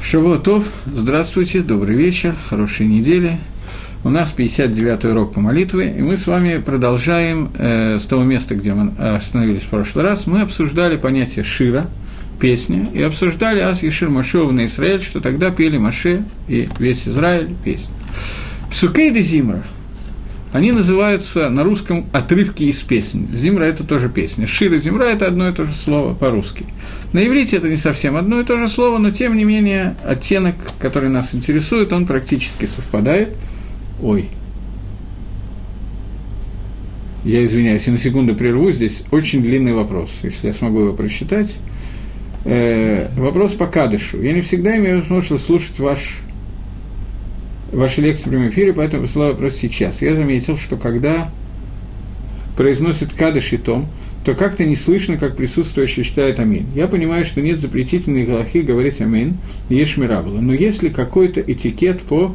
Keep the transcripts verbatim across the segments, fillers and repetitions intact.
Шавуа Тов, здравствуйте, добрый вечер, хорошей недели. У нас пятьдесят девятый урок по молитве, и мы с вами продолжаем э, с того места, где мы остановились в прошлый раз. Мы обсуждали понятие шира, песня, и обсуждали «Аз Ешир Машеов на Израиль», что тогда пели Маше и весь Израиль песню. Псукей де Зимра, они называются на русском отрывки из песен. Зимра – это тоже песня. Шир и Зимра – это одно и то же слово по-русски. На иврите это не совсем одно и то же слово, но тем не менее оттенок, который нас интересует, он практически совпадает. Ой. Я извиняюсь, я на секунду прерву, здесь очень длинный вопрос, если я смогу его прочитать. Э, вопрос по Кадышу. Я не всегда имею возможность слушать ваш... ваши лекции в прямом эфире, поэтому посылаю вопрос сейчас. Я заметил, что когда произносит Кадыш и Том, то как-то не слышно, как присутствующий читает Амин. Я понимаю, что нет запретительной галахи говорить Амин, ешь мирабла. Но есть ли какой-то этикет по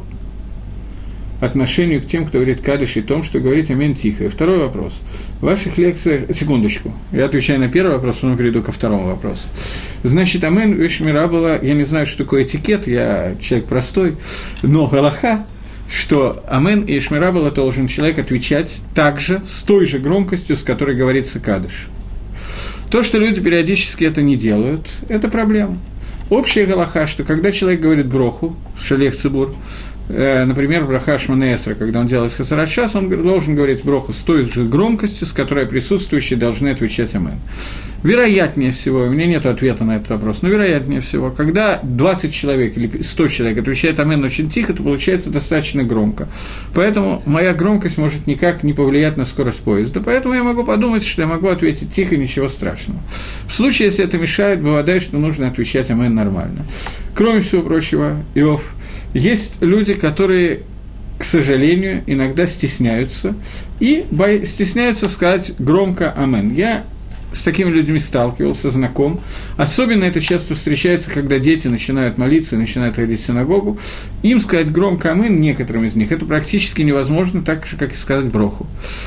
отношению к тем, кто говорит Кадыш и Том, что говорить Амин тихо? И второй вопрос. В ваших лекциях... Секундочку. Я отвечаю на первый вопрос, потом перейду ко второму вопросу. Значит, Амин, ешь мирабла, я не знаю, что такое этикет, я человек простой, но галаха, что Амен и Ишмирабала должен человек отвечать также с той же громкостью, с которой говорится Кадыш. То, что люди периодически это не делают, это проблема. Общая галаха, что когда человек говорит броху, шалех цибур, э, например, браха Шмоней Эсра, когда он делает хасарат шас, он должен говорить броху с той же громкостью, с которой присутствующие должны отвечать Амен. Вероятнее всего, у меня нет ответа на этот вопрос, но вероятнее всего, когда двадцать человек или сто человек отвечает Амен очень тихо, то получается достаточно громко. Поэтому моя громкость может никак не повлиять на скорость поезда. Поэтому я могу подумать, что я могу ответить тихо, ничего страшного. В случае, если это мешает, бывает, что нужно отвечать Амен нормально. Кроме всего прочего, Иов, есть люди, которые, к сожалению, иногда стесняются, и бо... стесняются сказать громко Амен. Я с такими людьми сталкивался, знаком. Особенно это часто встречается, когда дети начинают молиться, начинают ходить в синагогу. Им сказать громко «Амин», некоторым из них, это практически невозможно, так же, как и сказать броху.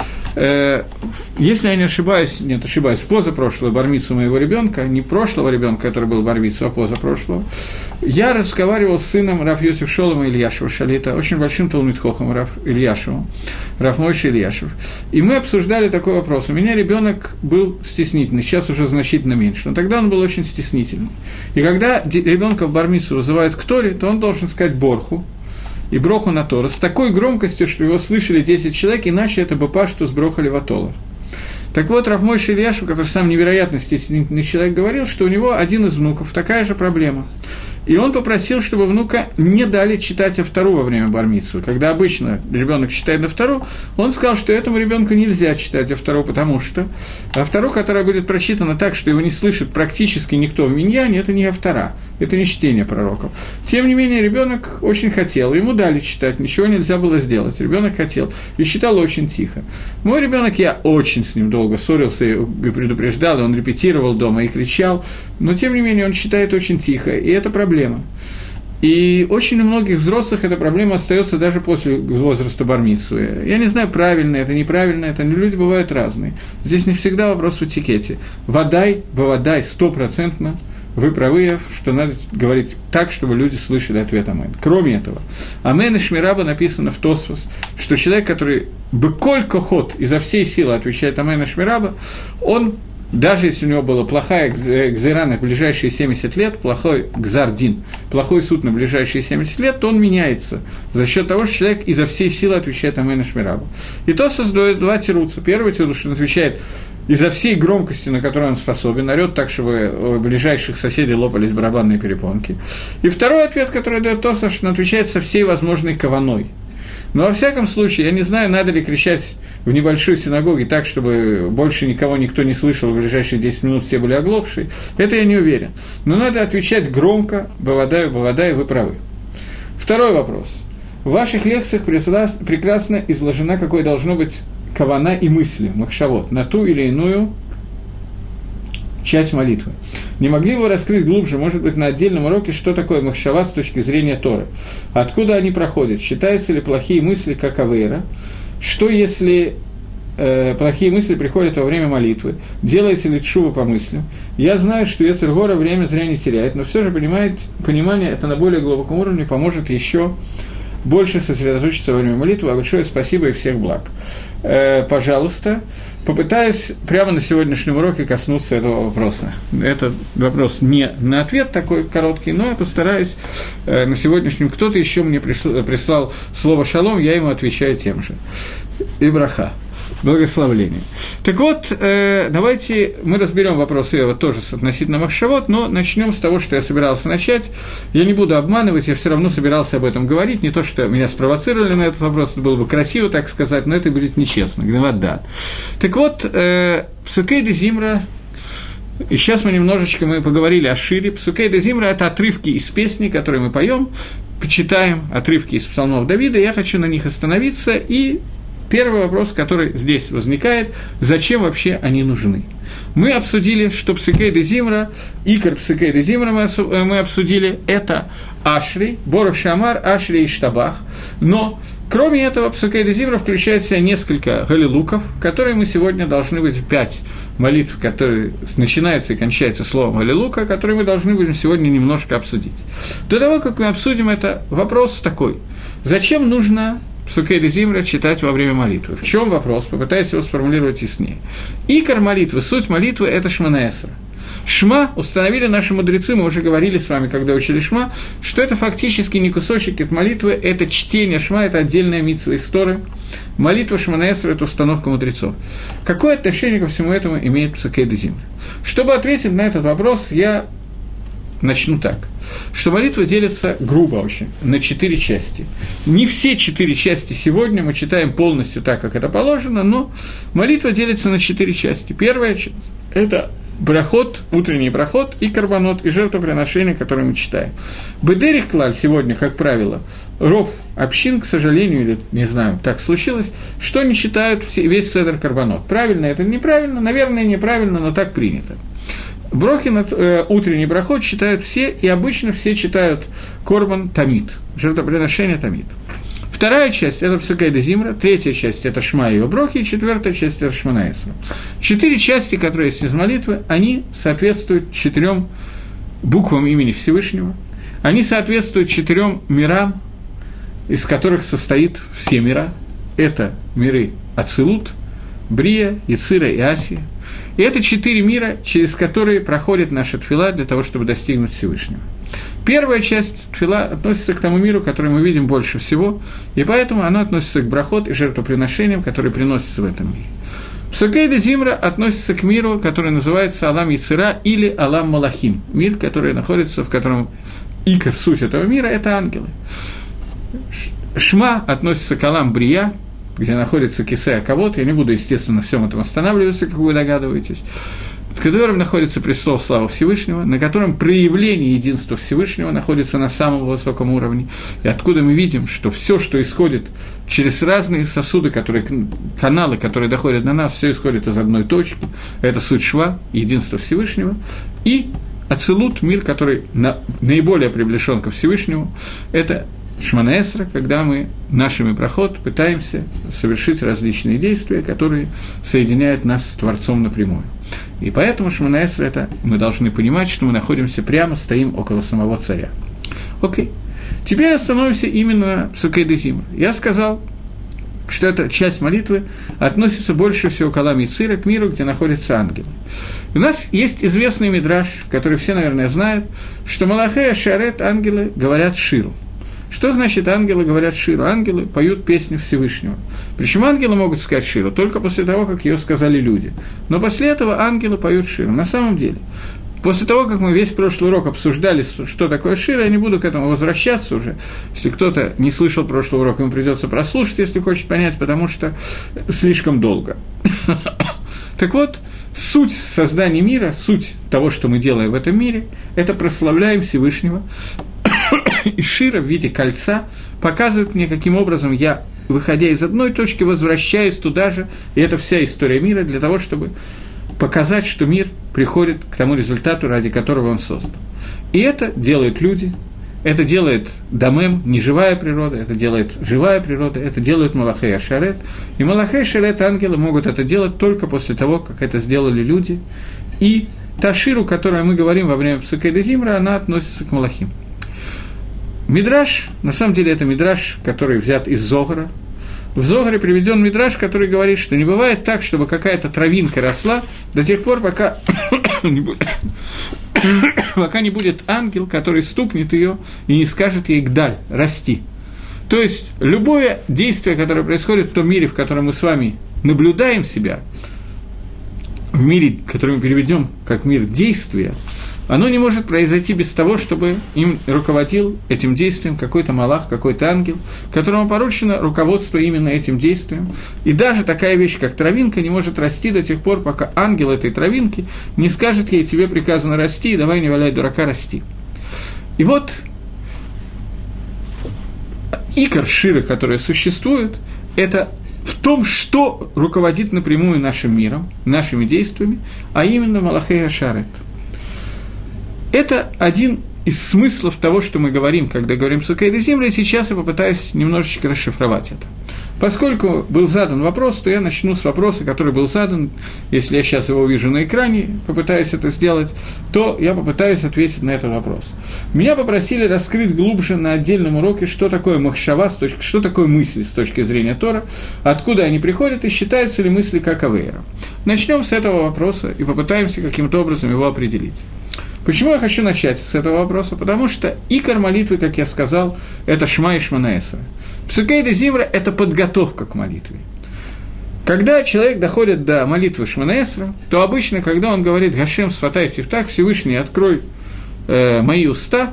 Если я не ошибаюсь, нет, ошибаюсь, позапрошлую бармицу моего ребенка, не прошлого ребенка, который был бармицу, а позапрошлого, я разговаривал с сыном Рав Йосиф Шолома Ильяшева Шалита, очень большим талмид хохом Рав Ильяшевым, Рав Мойше Ильяшев. И мы обсуждали такой вопрос. У меня ребенок был стеснительный, сейчас уже значительно меньше, но тогда он был очень стеснительный. И когда ребенка в бармицу вызывают к Торе, то он должен сказать борху и броху на Тора с такой громкостью, что его слышали десять человек, иначе это бы пашту сброхали в Атола. Так вот, Рав Мойше Ильяшев, который сам невероятно стеснительный человек, говорил, что у него один из внуков такая же проблема. И он попросил, чтобы внука не дали читать автору во время бар-мицвы. Когда обычно ребенок читает автору, он сказал, что этому ребенку нельзя читать автору, потому что автору, которая будет прочитана так, что его не слышит практически никто в миньяне, это не автора, это не чтение пророков. Тем не менее, ребенок очень хотел, ему дали читать, ничего нельзя было сделать. Ребенок хотел и читал очень тихо. Мой ребенок, я очень с ним долго ссорился и предупреждал, он репетировал дома и кричал, но тем не менее он читает очень тихо, и это проблема. И очень у многих взрослых эта проблема остается даже после возраста бар-мицвы. Я не знаю, правильно это, неправильно это, но люди бывают разные. Здесь не всегда вопрос в этикете. Водай, бавадай, стопроцентно вы правы, что надо говорить так, чтобы люди слышали ответ Амен. Кроме этого, Амен и Шмираба написано в Тосфос, что человек, который быколь кохот изо всей силы отвечает Амен и Шмираба, он, даже если у него была плохая гзейра на ближайшие семьдесят лет, плохой гзардин, плохой суд на ближайшие семьдесят лет, то он меняется за счет того, что человек изо всей силы отвечает Амен и Шмираба. И то создает два тируца. Первый тирус, что он отвечает изо всей громкости, на которую он способен, орёт так, чтобы у ближайших соседей лопались барабанные перепонки. И второй ответ, который дает Тоса, что он отвечает со всей возможной каваной. Но во всяком случае, я не знаю, надо ли кричать в небольшой синагоге так, чтобы больше никого никто не слышал, в ближайшие десять минут все были оглохшие. Это я не уверен. Но надо отвечать громко, бавадай, бавадай, вы правы. Второй вопрос. В ваших лекциях прекрасно изложена, какой должно быть кавана и мысли, махшавот, на ту или иную часть молитвы. Не могли бы вы раскрыть глубже, может быть, на отдельном уроке, что такое махшава с точки зрения Торы? Откуда они проходят? Считаются ли плохие мысли как авейра? Что если э, плохие мысли приходят во время молитвы, делаете ли тшува по мыслям. Я знаю, что Йецер Гора время зря не теряет, но все же понимаете, понимание это на более глубоком уровне поможет еще больше сосредоточиться во время молитвы. А большое спасибо и всех благ. Э, пожалуйста, попытаюсь прямо на сегодняшнем уроке коснуться этого вопроса. Этот вопрос не на ответ такой короткий, но я постараюсь э, на сегодняшнем. Кто-то еще мне прислал, прислал слово «шалом», я ему отвечаю тем же. И браха. Благословление. Так вот, э, давайте мы разберем вопрос Иова тоже относительно махшавот, но начнем с того, что я собирался начать. Я не буду обманывать, я все равно собирался об этом говорить. Не то, что меня спровоцировали на этот вопрос, это было бы красиво, так сказать, но это будет нечестно. Гневат дат. Так вот, э, Псукей де Зимра, и сейчас мы немножечко мы поговорили о Шире. Псукей де Зимра – это отрывки из песни, которые мы поем, почитаем, отрывки из псалмов Давида. Я хочу на них остановиться и... Первый вопрос, который здесь возникает, зачем вообще они нужны? Мы обсудили, что Псукей де Зимра, Икар Псукей де Зимра мы обсудили, это Ашри, Боров Шамар, Ашри и Штабах, но кроме этого Псукей де Зимра включает в себя несколько галилуков, которые мы сегодня должны быть, пять молитв, которые начинаются и кончаются словом галилука, которые мы должны будем сегодня немножко обсудить. До того, как мы обсудим это, вопрос такой, зачем нужно Псукей де Зимра читать во время молитвы? В чем вопрос? Попытаюсь его сформулировать яснее. Икар молитвы, суть молитвы – это Шмона Эсра. Шма установили наши мудрецы, мы уже говорили с вами, когда учили Шма, что это фактически не кусочек от молитвы, это чтение Шма, это отдельная мицва из Торы. Молитва Шмона Эсра – это установка мудрецов. Какое отношение ко всему этому имеет Псукей де Зимра? Чтобы ответить на этот вопрос, я начну так, что молитва делится грубо очень на четыре части. Не все четыре части сегодня мы читаем полностью так, как это положено, но молитва делится на четыре части. Первая часть – это брахот, утренний брахот и карбонот, и жертвоприношения, которые мы читаем. Бедерих клаль сегодня, как правило, ров общин, к сожалению, или, не знаю, так случилось, что не читают все, весь седер карбонот. Правильно это или неправильно? Наверное, неправильно, но так принято. Брохи, э, утренний брахот читают все, и обычно все читают корбан тамид, жертвоприношение тамид. Вторая часть – это Псукей де Зимра, третья часть – это Шма и его брохи, и четвертая часть – это Шмона Эсра. Четыре части, которые есть из молитвы, они соответствуют четырем буквам имени Всевышнего, они соответствуют четырем мирам, из которых состоит все мира. Это миры Ацилут, Брия, Яцира и Асия. И это четыре мира, через которые проходит наша тфила для того, чтобы достигнуть Всевышнего. Первая часть тфила относится к тому миру, который мы видим больше всего, и поэтому она относится к брахот и жертвоприношениям, которые приносятся в этом мире. Псукей де Зимра относится к миру, который называется Алам Яцира или Алам Малахим, мир, который находится, в котором икор, суть этого мира – это ангелы. Шма относится к Алам Брия, где находится Кисея Кавод, я не буду, естественно, на всем этом останавливаться, как вы догадываетесь, в котором находится престол славы Всевышнего, на котором проявление единства Всевышнего находится на самом высоком уровне, и откуда мы видим, что все, что исходит через разные сосуды, которые, каналы, которые доходят до нас, все исходит из одной точки, это суть Шва, единство Всевышнего, и Ацилут, мир, который на, наиболее приближен ко Всевышнему, это Шмона Эсра, когда мы нашими проход пытаемся совершить различные действия, которые соединяют нас с Творцом напрямую. И поэтому Шмона Эсра – это мы должны понимать, что мы находимся прямо, стоим около самого царя. Окей. Теперь остановимся именно на Псукей де Зимра. Я сказал, что эта часть молитвы относится больше всего к Алам Яцира, к миру, где находятся ангелы. У нас есть известный мидраш, который все, наверное, знают, что Малахей Ашарет, ангелы, говорят Ширу. Что значит ангелы говорят Ширу? Ангелы поют песню Всевышнего. Причем ангелы могут сказать Ширу только после того, как ее сказали люди. Но после этого ангелы поют Ширу. На самом деле, после того, как мы весь прошлый урок обсуждали, что такое Шира, я не буду к этому возвращаться уже. Если кто-то не слышал прошлый урок, ему придется прослушать, если хочет понять, потому что слишком долго. Так вот, суть создания мира, суть того, что мы делаем в этом мире, это прославляем Всевышнего. И Шира в виде кольца показывает мне, каким образом я, выходя из одной точки, возвращаюсь туда же, и это вся история мира для того, чтобы показать, что мир приходит к тому результату, ради которого он создан. И это делают люди, это делает дамем, неживая природа, это делает живая природа, это делают малахей ашарет. И малахей ашарет, ангелы, могут это делать только после того, как это сделали люди. И та ширу, о которой мы говорим во время Псукей де Зимра, она относится к малахим. Мидраш, на самом деле это мидраш, который взят из Зогара. В Зогаре приведен мидраш, который говорит, что не бывает так, чтобы какая-то травинка росла до тех пор, пока не будет, пока не будет ангел, который стукнет ее и не скажет ей «гдаль», «расти». То есть, любое действие, которое происходит в том мире, в котором мы с вами наблюдаем себя, в мире, который мы переведем как мир действия, оно не может произойти без того, чтобы им руководил этим действием какой-то малах, какой-то ангел, которому поручено руководство именно этим действием. И даже такая вещь, как травинка, не может расти до тех пор, пока ангел этой травинки не скажет ей: тебе приказано расти, и давай не валяй дурака, расти. И вот икор шира, которая существует, это в том, что руководит напрямую нашим миром, нашими действиями, а именно малахей ашарет. Это один из смыслов того, что мы говорим, когда говорим Псукей де Зимра, и сейчас я попытаюсь немножечко расшифровать это. Поскольку был задан вопрос, то я начну с вопроса, который был задан. Если я сейчас его увижу на экране, попытаюсь это сделать, то я попытаюсь ответить на этот вопрос. Меня попросили раскрыть глубже на отдельном уроке, что такое махшава, что такое мысли с точки зрения Тора, откуда они приходят и считаются ли мысли как авейра. Начнем с этого вопроса и попытаемся каким-то образом его определить. Почему я хочу начать с этого вопроса? Потому что икор молитвы, как я сказал, это Шма и Шмона Эсра. Псукей де Зимра – это подготовка к молитве. Когда человек доходит до молитвы Шмона Эсра, то обычно, когда он говорит «Гашем сфатай тифтах», Всевышний, открой э, мои уста,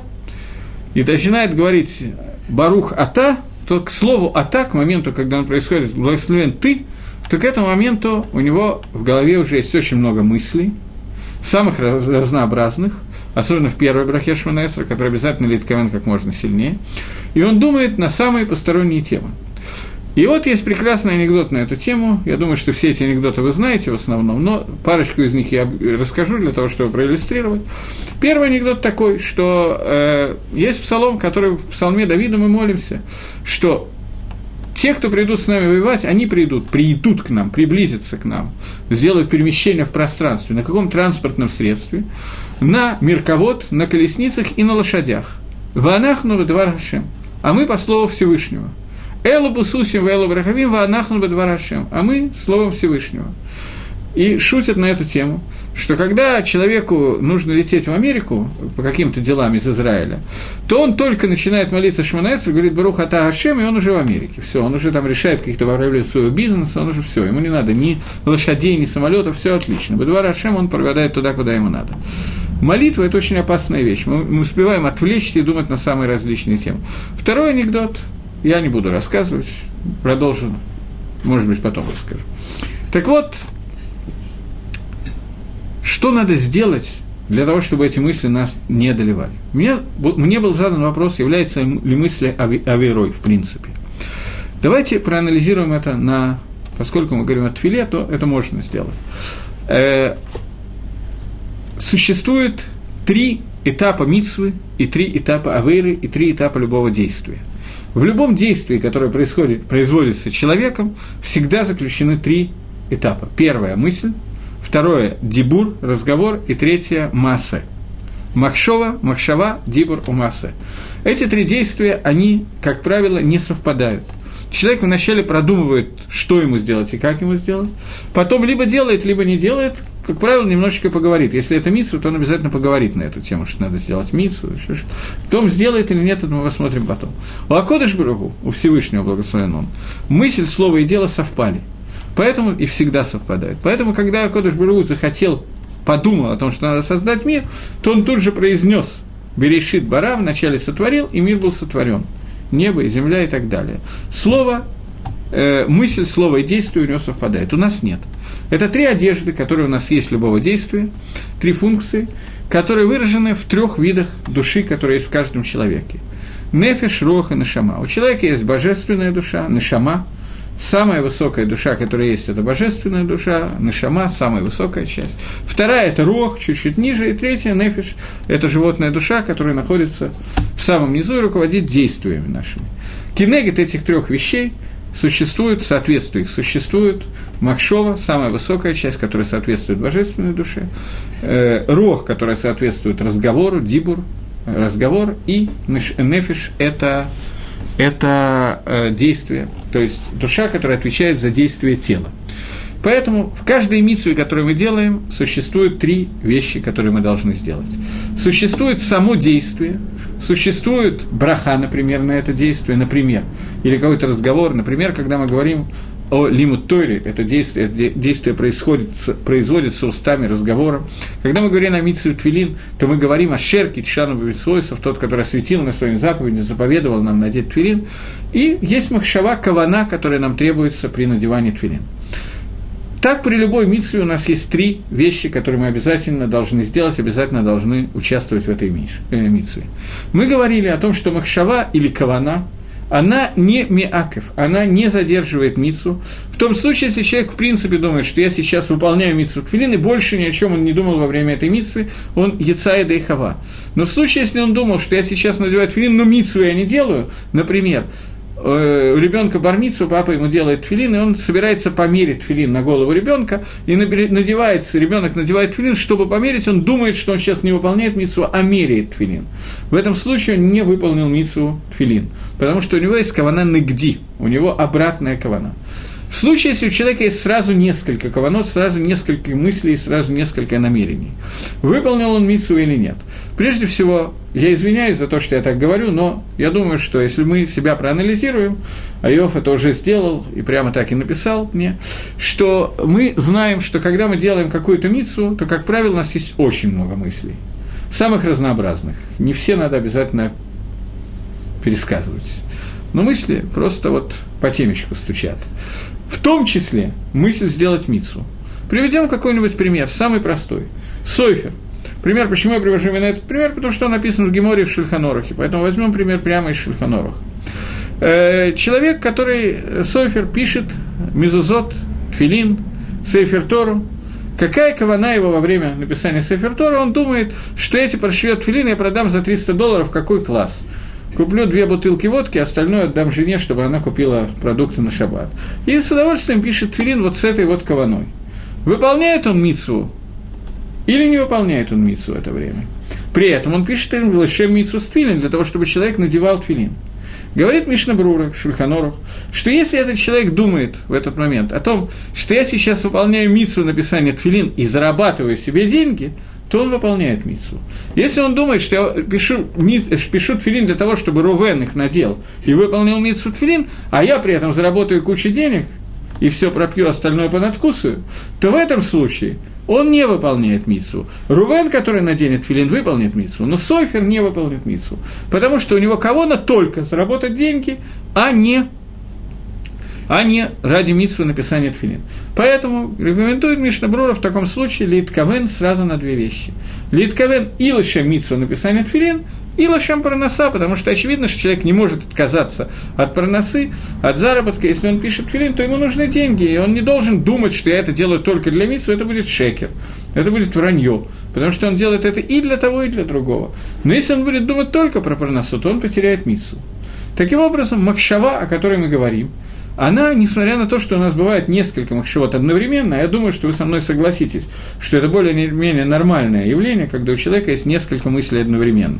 и начинает говорить «Барух ата», то к слову «ата», к моменту, когда он происходит «Благословен ты», то к этому моменту у него в голове уже есть очень много мыслей, самых разнообразных, особенно в первой брахе Шмона Эсра, который обязательно литковен как можно сильнее, и он думает на самые посторонние темы. И вот есть прекрасный анекдот на эту тему, я думаю, что все эти анекдоты вы знаете в основном, но парочку из них я расскажу для того, чтобы проиллюстрировать. Первый анекдот такой, что э, есть псалом, который в псалме Давида мы молимся, что те, кто придут с нами воевать, они придут, придут к нам, приблизятся к нам, сделают перемещение в пространстве, на каком транспортном средстве, на мерковод, на колесницах и на лошадях. Ваанахну бедвар Хашем, а мы по слову Всевышнего. Элу бусусим вэлу брахавим ваанахну бедвар Хашем, а мы словом Всевышнего. И шутят на эту тему, что когда человеку нужно лететь в Америку по каким-то делам из Израиля, то он только начинает молиться Шмона Эсра, говорит «Барух ата Хашем», и он уже в Америке. Все, он уже там решает какие-то проблемы своего бизнеса, он уже все, ему не надо ни лошадей, ни самолетов, все отлично. Бедвар Хашем он проведает туда, куда ему надо. Молитва – это очень опасная вещь. Мы, мы успеваем отвлечься и думать на самые различные темы. Второй анекдот я не буду рассказывать, продолжу, может быть, потом расскажу. Так вот, что надо сделать для того, чтобы эти мысли нас не одолевали? Мне, мне был задан вопрос, является ли мысль авейрой в принципе. Давайте проанализируем это на... Поскольку мы говорим о тфиле, то это можно сделать. Э, существует три этапа мицвы, и три этапа авейры, и три этапа любого действия. В любом действии, которое происходит, производится человеком, всегда заключены три этапа. Первая – мысль. Второе – дибур, разговор, и третье – массе. Махшова, махшава, дибур, умассе. Эти три действия, они, как правило, не совпадают. Человек вначале продумывает, что ему сделать и как ему сделать, потом либо делает, либо не делает, как правило, немножечко поговорит. Если это мицва, то он обязательно поговорит на эту тему, что надо сделать мицву. Потом сделает или нет, это мы посмотрим потом. У Акодеш Баруху, у Всевышнего благословен он, мысль, слово и дело совпали. Поэтому и всегда совпадают. Поэтому, когда Акодеш Баруху захотел, подумал о том, что надо создать мир, то он тут же произнес «Берешит бара», вначале сотворил, и мир был сотворен. Небо и земля и так далее. Слово, э, мысль, слово и действие у него совпадает. У нас нет. Это три одежды, которые у нас есть любого действия, три функции, которые выражены в трех видах души, которые есть в каждом человеке. Нефеш, рох и нешама. У человека есть божественная душа, нешама, Самая высокая душа, которая есть, это божественная душа, нешама, самая высокая часть. Вторая – это рух, чуть-чуть ниже. И третья – нефиш – это животная душа, которая находится в самом низу и руководит действиями нашими. Кинегет этих трех вещей существует, соответствует, существует махшова, самая высокая часть, которая соответствует божественной душе, э, рух, которая соответствует разговору, дибур, разговор, и нефиш – это... это э, действие, то есть душа, которая отвечает за действие тела. Поэтому в каждой мицве, которую мы делаем, существуют три вещи, которые мы должны сделать. Существует само действие, существует браха, например, на это действие, например, или какой-то разговор, например, когда мы говорим о лимут Тойре, это действие, это действие происходит, производится устами, разговором. Когда мы говорим о мицве Твилин, то мы говорим о Шерке, Тшану Бавицвойсов, тот, который осветил на своем заповеди, заповедовал нам надеть Твилин. И есть махшава, кавана, которая нам требуется при надевании Твилин. Так при любой мицве у нас есть три вещи, которые мы обязательно должны сделать, обязательно должны участвовать в этой мицве. Мы говорили о том, что махшава или кавана – она не миаков, она не задерживает мицву. В том случае, если человек в принципе думает, что я сейчас выполняю мицву Твилин, и больше ни о чем он не думал во время этой мицвы, он яцай да и хава. Но в случае, если он думал, что я сейчас надеваю Твилин, но мицву я не делаю, например, у ребенка бар-мицву, папа ему делает тфилин, и он собирается померить тфилин на голову ребенка, и надевается, ребенок надевает тфилин, чтобы померить, он думает, что он сейчас не выполняет мицву, а меряет тфилин. В этом случае он не выполнил мицву тфилин, потому что у него есть кавана негди, у него обратная кавана. В случае, если у человека есть сразу несколько каванот, сразу несколько мыслей, сразу несколько намерений, выполнил он мицву или нет. Прежде всего, я извиняюсь за то, что я так говорю, но я думаю, что если мы себя проанализируем, а Иов это уже сделал и прямо так и написал мне, что мы знаем, что когда мы делаем какую-то мицву, то, как правило, у нас есть очень много мыслей, самых разнообразных. Не все надо обязательно пересказывать. Но мысли просто вот по темечку стучат. В том числе мысль сделать мицву. Приведем какой-нибудь пример, самый простой. Сойфер. Пример, почему я привожу именно этот пример? Потому что он написан в Геморе в Шульхан Орухе. Поэтому возьмем пример прямо из Шульхан Оруха. Человек, который, Сойфер, пишет мезузот, тфилин, сейфер Тору. Какая кавана его во время написания сейфер Тору? Он думает, что эти паршивот тфилин я продам за триста долларов, какой класс. Куплю две бутылки водки, остальное отдам жене, чтобы она купила продукты на шаббат. И с удовольствием пишет тфилин вот с этой вот каваной. Выполняет он мицву или не выполняет он мицву в это время? При этом он пишет им лешем мицву с тфилин, для того, чтобы человек надевал тфилин. Говорит Мишна Брура, Шульхан Орух, что если этот человек думает в этот момент о том, что я сейчас выполняю мицву написания тфилин и зарабатываю себе деньги, то он выполняет мицву. Если он думает, что я пишу, пишу тфилин для того, чтобы Рувен их надел и выполнил мицву тфилин, а я при этом заработаю кучу денег и все пропью, остальное понадкусываю, то в этом случае он не выполняет мицву. Рувен, который наденет тфилин, выполнит мицву, но Сойфер не выполнит мицву, потому что у него кавана только заработать деньги, а не а не ради мицвы написания тфилин. Поэтому рекомендует Мишна Брура в таком случае литкавен сразу на две вещи. Литкавен и лошем мицву написания тфилин, и лошем парноса, потому что очевидно, что человек не может отказаться от парносы, от заработка. Если он пишет тфилин, то ему нужны деньги, и он не должен думать, что я это делаю только для мицвы, это будет шекер, это будет вранье, потому что он делает это и для того, и для другого. Но если он будет думать только про парносу, то он потеряет мицву. Таким образом, махшава, о которой мы говорим, она, несмотря на то, что у нас бывает несколько махшавот одновременно, я думаю, что вы со мной согласитесь, что это более-менее нормальное явление, когда у человека есть несколько мыслей одновременно.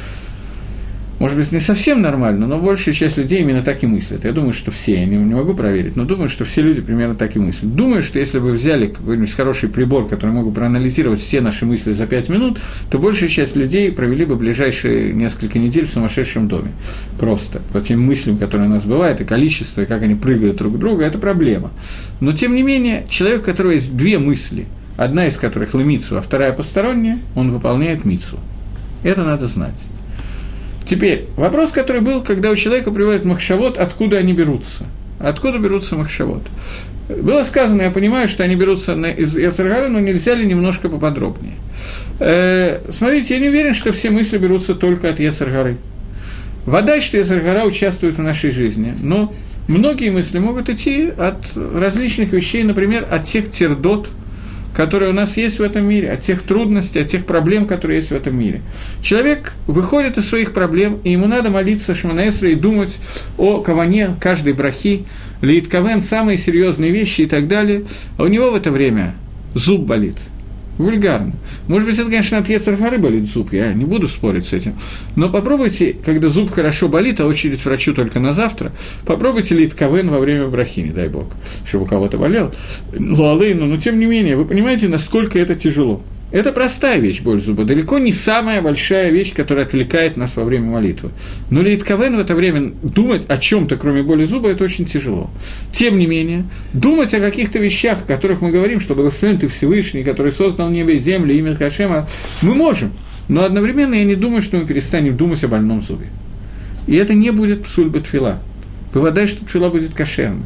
Может быть, не совсем нормально, но большая часть людей именно так и мыслят. Я думаю, что все, я не, не могу проверить, но думаю, что все люди примерно так и мыслят. Думаю, что если бы взяли какой-нибудь хороший прибор, который мог бы проанализировать все наши мысли за пять минут, то большая часть людей провели бы ближайшие несколько недель в сумасшедшем доме. Просто по тем мыслям, которые у нас бывают, и количество, и как они прыгают друг к другу, это проблема. Но, тем не менее, человек, у которого есть две мысли, одна из которых лемитсу, а вторая посторонняя, он выполняет митсу. Это надо знать. Теперь, вопрос, который был, когда у человека приводят махшавот, откуда они берутся? Откуда берутся махшавот? Было сказано, я понимаю, что они берутся из Йецер гара, но нельзя ли немножко поподробнее? Э, смотрите, я не уверен, что все мысли берутся только от Йецер гары. Вода, что Йецер гара участвует в нашей жизни, но Многие мысли могут идти от различных вещей, например, от тех тердот, которые у нас есть в этом мире, от тех трудностей, от тех проблем, которые есть в этом мире. Человек выходит из своих проблем, и ему надо молиться Шмона Эсра и думать о каване каждой брахи, леит кавен, самые серьезные вещи и так далее, а у него в это время зуб болит. Вульгарно. Может быть, это, конечно, от Йецер Гары болит зуб, я не буду спорить с этим. Но попробуйте, когда зуб хорошо болит, а очередь врачу только на завтра, попробуйте лит кавен во время брахи, не дай бог, чтобы у кого-то болел. Луалейну, но тем не менее, вы понимаете, насколько это тяжело. Это простая вещь, боль зуба, далеко не самая большая вещь, которая отвлекает нас во время молитвы. Но лит кавен в это время думать о чем-то, кроме боли зуба, это очень тяжело. Тем не менее, думать о каких-то вещах, о которых мы говорим, что благословен ты Всевышний, который создал небо и землю, имя Хашема, мы можем, но одновременно я не думаю, что мы перестанем думать о больном зубе. И это не будет псуль бетфила. Бывает, что тфила будет кошерна.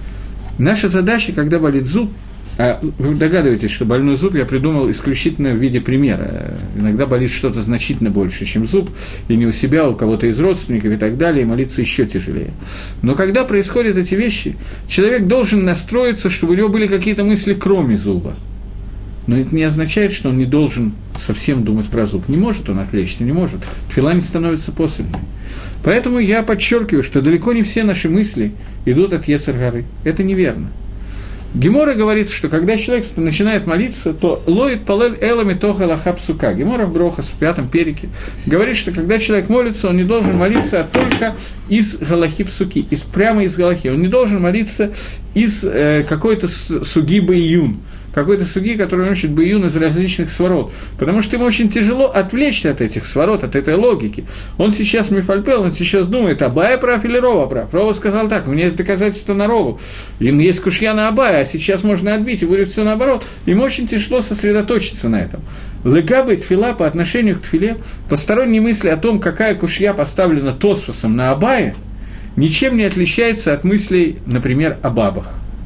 Наша задача, когда болит зуб, а вы догадываетесь, что больной зуб я придумал исключительно в виде примера. Иногда болит что-то значительно больше, чем зуб, и не у себя, а у кого-то из родственников и так далее, и молиться еще тяжелее. Но когда происходят эти вещи, человек должен настроиться, чтобы у него были какие-то мысли, кроме зуба. Но это не означает, что он не должен совсем думать про зуб. Не может он отвлечься, не может. Тфила не становится посольной. Поэтому я подчеркиваю, что далеко не все наши мысли идут от Йецер Гары. Это неверно. Гемора говорит, что когда человек начинает молиться, то лоит палель элами тоха лаха псука. Гемора в Брохас в пятом перике говорит, что когда человек молится, он не должен молиться а только из галахи псуки, из, прямо из галахи. Он не должен молиться из э, какой-то суги бейюн, какой-то суги, который учит бейюн из различных сварот. Потому что ему очень тяжело отвлечься от этих сварот, от этой логики. Он сейчас мифальпел, он сейчас думает, Абая прав или Рова прав. Рова сказал так, у меня есть доказательства на Рову, им есть кушья на Абая, а сейчас можно отбить, и будет все наоборот. Ему очень тяжело сосредоточиться на этом. Легабы тфила по отношению к тфиле, посторонние мысли о том, какая кушья поставлена Тосфосом на Абае, ничем не отличается от мыслей, например, о бабах.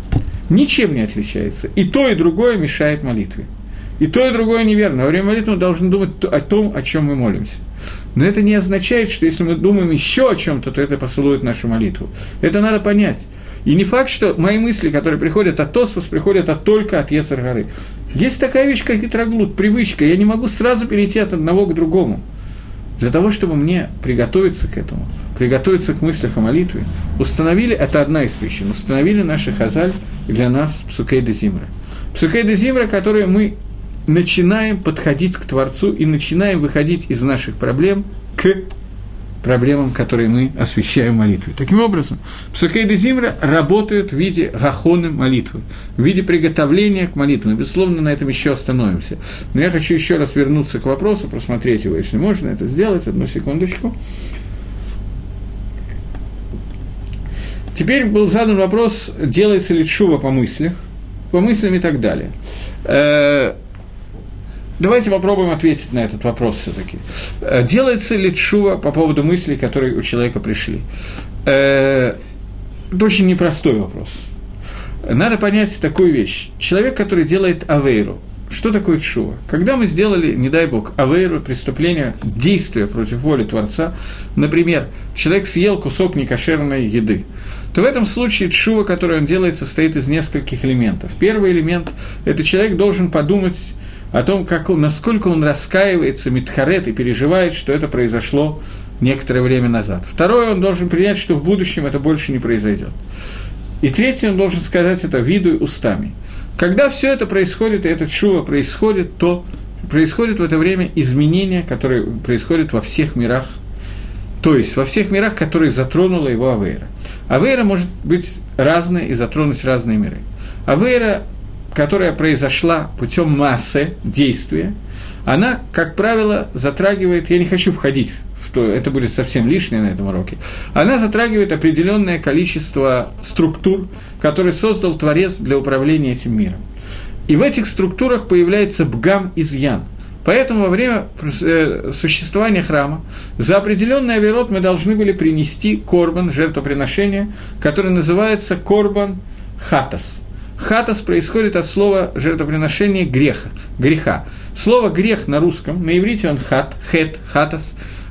Ничем не отличается. И то, и другое мешает молитве. И то, и другое неверно. Во время молитвы мы должны думать о том, о чем мы молимся. Но это не означает, что если мы думаем еще о чем-то, то это посылует нашу молитву. Это надо понять. И не факт, что мои мысли, которые приходят от Тосфос, приходят от, только от Йецер Гары. Есть такая вещь, как итраглут, привычка. Я не могу сразу перейти от одного к другому. Для того, чтобы мне приготовиться к этому, приготовиться к мыслям о молитве, установили, это одна из причин, установили наши хазаль для нас Псукей де Зимра. Псукей де Зимра, которые мы начинаем подходить к Творцу и начинаем выходить из наших проблем к проблемам, которые мы освещаем в молитве. Таким образом, Псукей де Зимра работают в виде гахоны молитвы, в виде приготовления к молитве. Мы, безусловно, на этом еще остановимся. Но я хочу еще раз вернуться к вопросу, просмотреть его, если можно это сделать. Одну секундочку. Теперь был задан вопрос, делается ли тшува по мыслях, по мыслям и так далее. Давайте попробуем ответить на этот вопрос все-таки. Делается ли тшува по поводу мыслей, которые у человека пришли? Это очень непростой вопрос. Надо понять такую вещь. Человек, который делает авейру, что такое тшува? Когда мы сделали, не дай бог, авейру, преступление, действие против воли Творца, например, человек съел кусок некошерной еды, то в этом случае тшува, который он делает, состоит из нескольких элементов. Первый элемент – это человек должен подумать о том, как он, насколько он раскаивается, митхарет, и переживает, что это произошло некоторое время назад. Второе, он должен принять, что в будущем это больше не произойдет. И третье, он должен сказать это виду и устами. Когда все это происходит, и этот шува происходит, то происходит в это время изменения, которые происходят во всех мирах, то есть во всех мирах, которые затронула его авейра. Авейра может быть разная и затронуть разные миры. Авейра, которая произошла путем массы действия, она, как правило, затрагивает, я не хочу входить в то, это будет совсем лишнее на этом уроке, она затрагивает определенное количество структур, которые создал Творец для управления этим миром. И в этих структурах появляется бгам изъян. Поэтому во время существования храма за определенный авирот мы должны были принести корбан, жертвоприношение, которое называется корбан хатас. Хатас происходит от слова жертвоприношение греха, греха. Слово «грех» на русском, на иврите он хат, хет, хатас,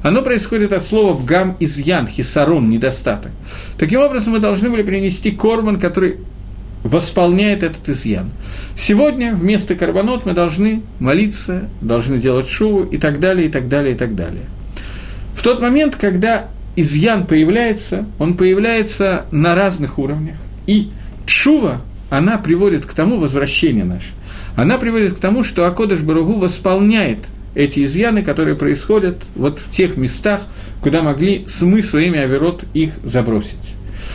оно происходит от слова «бгам» изъян, хисарон, недостаток. Таким образом, мы должны были принести корбан, который восполняет этот изъян. Сегодня вместо карбонот мы должны молиться, должны делать шуву и так далее, и так далее, и так далее. В тот момент, когда изъян появляется, он появляется на разных уровнях, и шува, она приводит к тому, возвращение наше, она приводит к тому, что Акодыш Барух Ху восполняет эти изъяны, которые происходят вот в тех местах, куда могли мы своими авирот их забросить.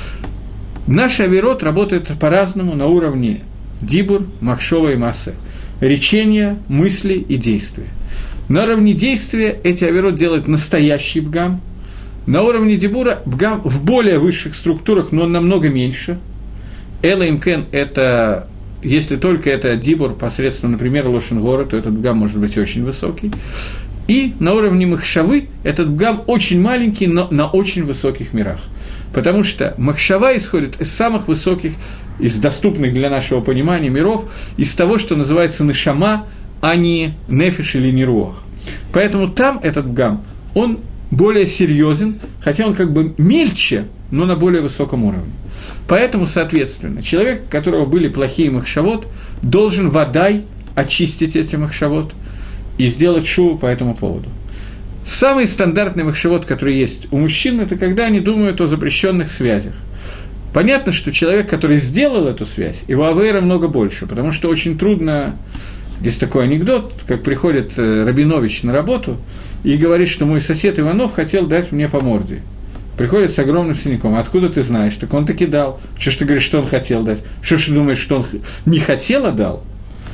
Наш авирот работает по-разному на уровне дибур, махшова и массы, речения, мысли и действия. На уровне действия эти авирот делают настоящий бгам, на уровне дибура бгам в более высших структурах, но он намного меньше. Эла имкен – это, если только это дибур посредством, например, лошен-гора, то этот бгам может быть очень высокий. И на уровне махшавы этот бгам очень маленький, но на очень высоких мирах. Потому что махшава исходит из самых высоких, из доступных для нашего понимания миров, из того, что называется нешама, а не нефиш или не руах. Поэтому там этот бгам, он более серьезен, хотя он как бы мельче, но на более высоком уровне. Поэтому, соответственно, человек, у которого были плохие махшавот, должен водай очистить эти махшавот и сделать шуву по этому поводу. Самый стандартный махшавот, который есть у мужчин, это когда они думают о запрещенных связях. Понятно, что человек, который сделал эту связь, его авейра много больше, потому что очень трудно. Есть такой анекдот, как приходит Рабинович на работу и говорит, что мой сосед Иванов хотел дать мне по морде. Приходит с огромным синяком. Откуда ты знаешь? Так он таки дал. Что ж ты говоришь, что он хотел дать? Что ж ты думаешь, что он не хотел, а дал?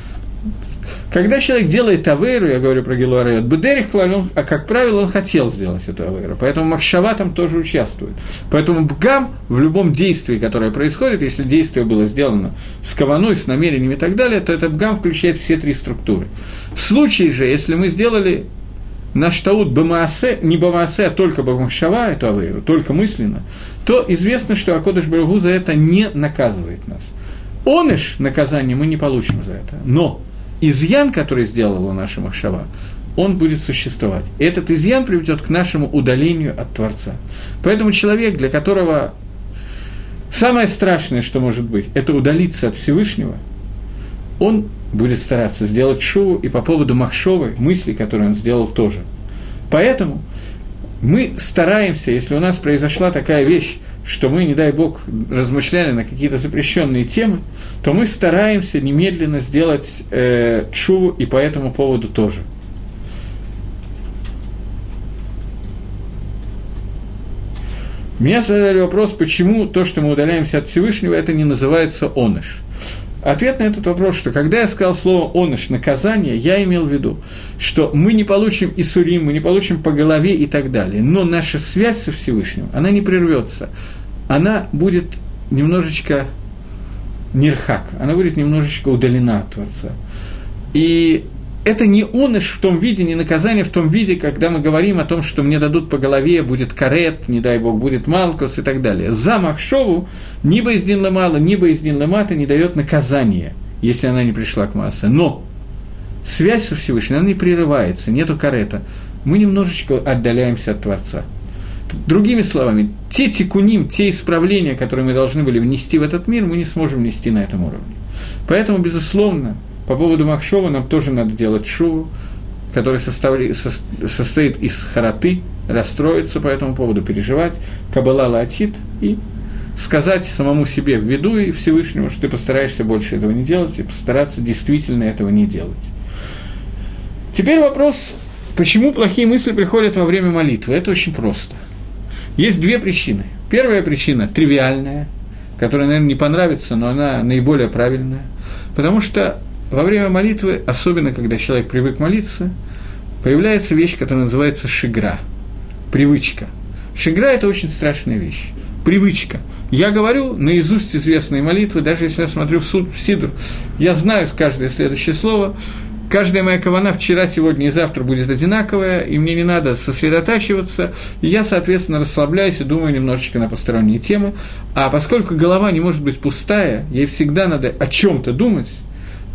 Когда человек делает авейру, я говорю про Гилуарайот, бедерих клаль, а как правило, он хотел сделать эту авейру. Поэтому махшава там тоже участвует. Поэтому бгам в любом действии, которое происходит, если действие было сделано с каваной, с намерениями и так далее, то этот бгам включает все три структуры. В случае же, если мы сделали наш таут бамаасе, не бамаасе, а только бамахшава, эту авейру, только мысленно, то известно, что Акодыш Барух Ху за это не наказывает нас. Оныш, наказание, мы не получим за это. Но изъян, который сделала наша махшава, он будет существовать. И этот изъян приведет к нашему удалению от Творца. Поэтому человек, для которого самое страшное, что может быть, это удалиться от Всевышнего, он будет стараться сделать шуву и по поводу махшовы, мыслей, которые он сделал, тоже. Поэтому мы стараемся, если у нас произошла такая вещь, что мы, не дай Бог, размышляли на какие-то запрещенные темы, то мы стараемся немедленно сделать э, тшуву и по этому поводу тоже. Меня задали вопрос, почему то, что мы удаляемся от Всевышнего, это не называется оныш. Ответ на этот вопрос, что когда я сказал слово «оныш», наказание, я имел в виду, что мы не получим исурим, мы не получим по голове и так далее, но наша связь со Всевышним, она не прервется, она будет немножечко нирхак, она будет немножечко удалена от Творца. И это не оныш в том виде, не наказание в том виде, когда мы говорим о том, что мне дадут по голове, будет карет, не дай Бог, будет малкус и так далее. За махшову ни боиздин ламала, ни боиздин ламата не дает наказания, если она не пришла к массе. Но связь со Всевышним, она не прерывается, нету карета. Мы немножечко отдаляемся от Творца. Другими словами, те тикуним, те исправления, которые мы должны были внести в этот мир, мы не сможем внести на этом уровне. Поэтому, безусловно, по поводу махшова нам тоже надо делать шуву, который составли, со, состоит из хараты, расстроиться по этому поводу, переживать, кабала лаатит и сказать самому себе в виду и Всевышнему, что ты постараешься больше этого не делать и постараться действительно этого не делать. Теперь вопрос, почему плохие мысли приходят во время молитвы? Это очень просто. Есть две причины. Первая причина тривиальная, которая, наверное, не понравится, но она наиболее правильная, потому что во время молитвы, особенно когда человек привык молиться, появляется вещь, которая называется шигра, привычка. Шигра – это очень страшная вещь, привычка. Я говорю наизусть известные молитвы, даже если я смотрю в, суд, в Сидур, я знаю каждое следующее слово, каждая моя кавана вчера, сегодня и завтра будет одинаковая, и мне не надо сосредотачиваться, и я, соответственно, расслабляюсь и думаю немножечко на посторонние темы, а поскольку голова не может быть пустая, ей всегда надо о чем-то думать,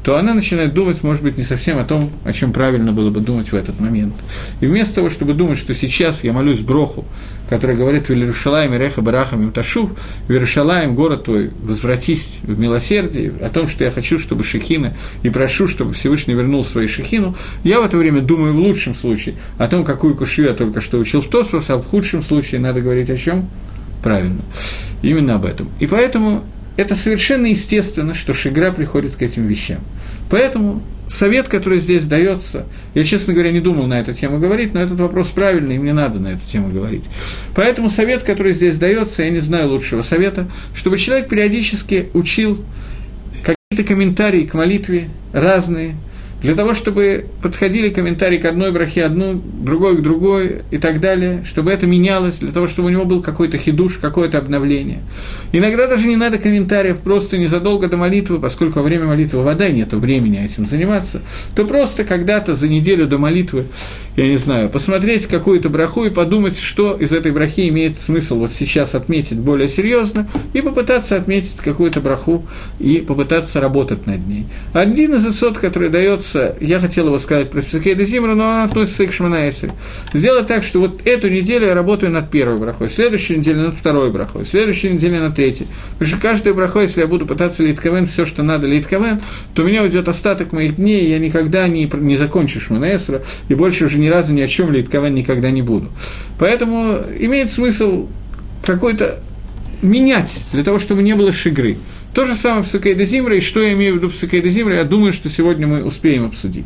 то она начинает думать, может быть, не совсем о том, о чем правильно было бы думать в этот момент. И вместо того, чтобы думать, что сейчас я молюсь броху, который говорит «В Иерушалаим иреха барахам им ташув», «В Иерушалаим, город твой, возвратись в милосердие», о том, что я хочу, чтобы Шехина, и прошу, чтобы Всевышний вернул свою Шехину, я в это время думаю в лучшем случае о том, какую кушу я только что учил в Тосфос, а в худшем случае надо говорить о чем? Правильно. Именно об этом. И поэтому это совершенно естественно, что шигра приходит к этим вещам. Поэтому совет, который здесь дается, я, честно говоря, не думал на эту тему говорить, но этот вопрос правильный, и мне надо на эту тему говорить. Поэтому совет, который здесь дается, я не знаю лучшего совета, чтобы человек периодически учил какие-то комментарии к молитве разные, для того, чтобы подходили комментарии к одной брахе, одну, другой к другой и так далее, чтобы это менялось, для того, чтобы у него был какой-то хидуш, какое-то обновление. Иногда даже не надо комментариев, просто незадолго до молитвы, поскольку во время молитвы вода, нет времени этим заниматься, то просто когда-то за неделю до молитвы, я не знаю, посмотреть какую-то браху и подумать, что из этой брахи имеет смысл вот сейчас отметить более серьезно, и попытаться отметить какую-то браху и попытаться работать над ней. Один из исот, который дается, я хотел его сказать про Псукей де Зимра, но он относится к Шмона Эсрей. Сделать так, что вот эту неделю я работаю над первой брахой, следующую неделю над второй брахой, следующую неделю над третьей. Потому что каждую браху, если я буду пытаться литковен, все, что надо литковен, то у меня уйдет остаток моих дней, и я никогда не, не закончу Шмона Эсра, и больше уже ни разу ни о чем литковен никогда не буду. Поэтому имеет смысл какой-то менять, для того, чтобы не было шигры. То же самое в Псукей де Зимра, и что я имею в виду в Псукей де Зимра, я думаю, что сегодня мы успеем обсудить.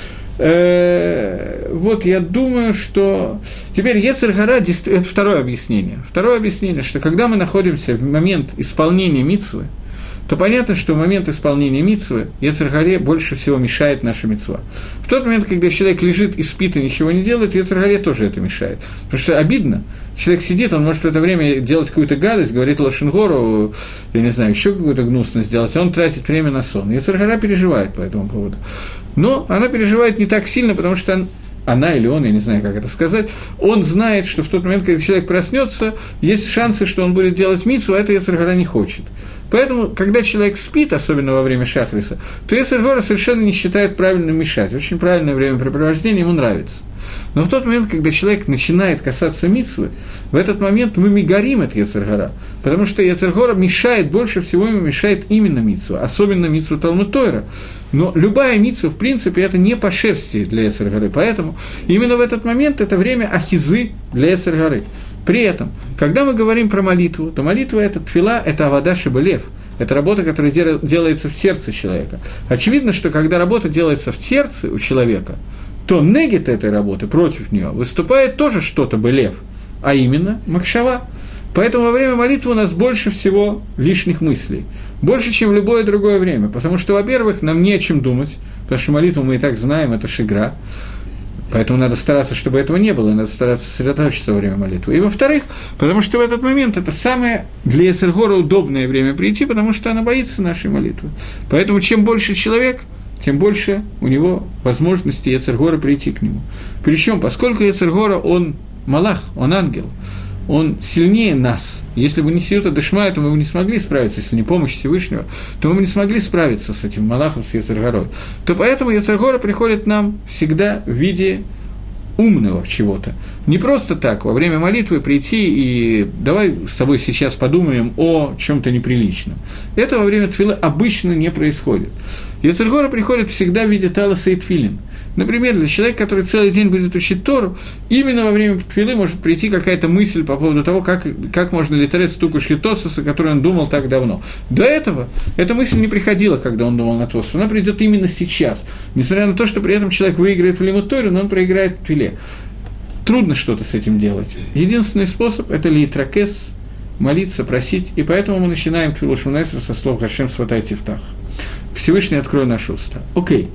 Вот я думаю, что теперь Йецер гара, это второе объяснение. Второе объяснение, что когда мы находимся в момент исполнения мицвы, то понятно, что в момент исполнения мицвы Йецер гаре больше всего мешает наша мицва. В тот момент, когда человек лежит и спит и ничего не делает, Йецер гаре тоже это мешает. Потому что обидно. Человек сидит, он может в это время делать какую-то гадость, говорит лашон гору, я не знаю, еще какую-то гнусность сделать, а он тратит время на сон. Йецер гара переживает по этому поводу. Но она переживает не так сильно, потому что он, она или он, я не знаю, как это сказать, он знает, что в тот момент, когда человек проснется, есть шансы, что он будет делать мицву, а это Йецер гара не хочет. Поэтому, когда человек спит, особенно во время шахриса, то Йецер гара совершенно не считает правильным мешать. Очень правильное времяпрепровождение, ему нравится. Но в тот момент, когда человек начинает касаться мицвы, в этот момент мы мигарим от Йецер гара, потому что Йецер гара мешает, больше всего ему мешает именно мицва, особенно мицва Талмуд Тора. Но любая мицва, в принципе, это не по шерсти для Йецер гары, поэтому именно в этот момент это время ахизы для Йецер гары. При этом, когда мы говорим про молитву, то молитва – это тфила, это авада шебелев, это работа, которая делается в сердце человека. Очевидно, что когда работа делается в сердце у человека, то негет этой работы, против нее, выступает тоже что-то белев, а именно махшава. Поэтому во время молитвы у нас больше всего лишних мыслей, больше, чем в любое другое время, потому что, во-первых, нам не о чем думать, потому что молитву мы и так знаем, это шигра. Поэтому надо стараться, чтобы этого не было, надо стараться сосредоточиться во время молитвы. И во-вторых, потому что в этот момент это самое для Йецер гара удобное время прийти, потому что она боится нашей молитвы. Поэтому чем больше человек, тем больше у него возможности Йецер гара прийти к нему. Причем, поскольку Йецер гара, он малах, он ангел, он сильнее нас. Если бы не сиюта дешмая, то мы бы не смогли справиться, если не помощь Всевышнего, то мы бы не смогли справиться с этим малахом, с Йецер гарой. То поэтому Йецер гара приходит нам всегда в виде умного чего-то. Не просто так, во время молитвы прийти и давай с тобой сейчас подумаем о чем-то неприличном. Это во время тфилы обычно не происходит. Йецер гара приходит всегда в виде таласа и тфилин. Например, для человека, который целый день будет учить Тору, именно во время тфилы может прийти какая-то мысль по поводу того, как, как можно литерать стуку шлитосуса, который он думал так давно. До этого эта мысль не приходила, когда он думал на Тосус, она придет именно сейчас. Несмотря на то, что при этом человек выиграет в лимут Тору, но он проиграет в тфиле. Трудно что-то с этим делать. Единственный способ – это литракес, молиться, просить, и поэтому мы начинаем тфилу Шмона Эсрей со слов «Хашем сватай тифтах». Всевышний открой наши уста. Окей.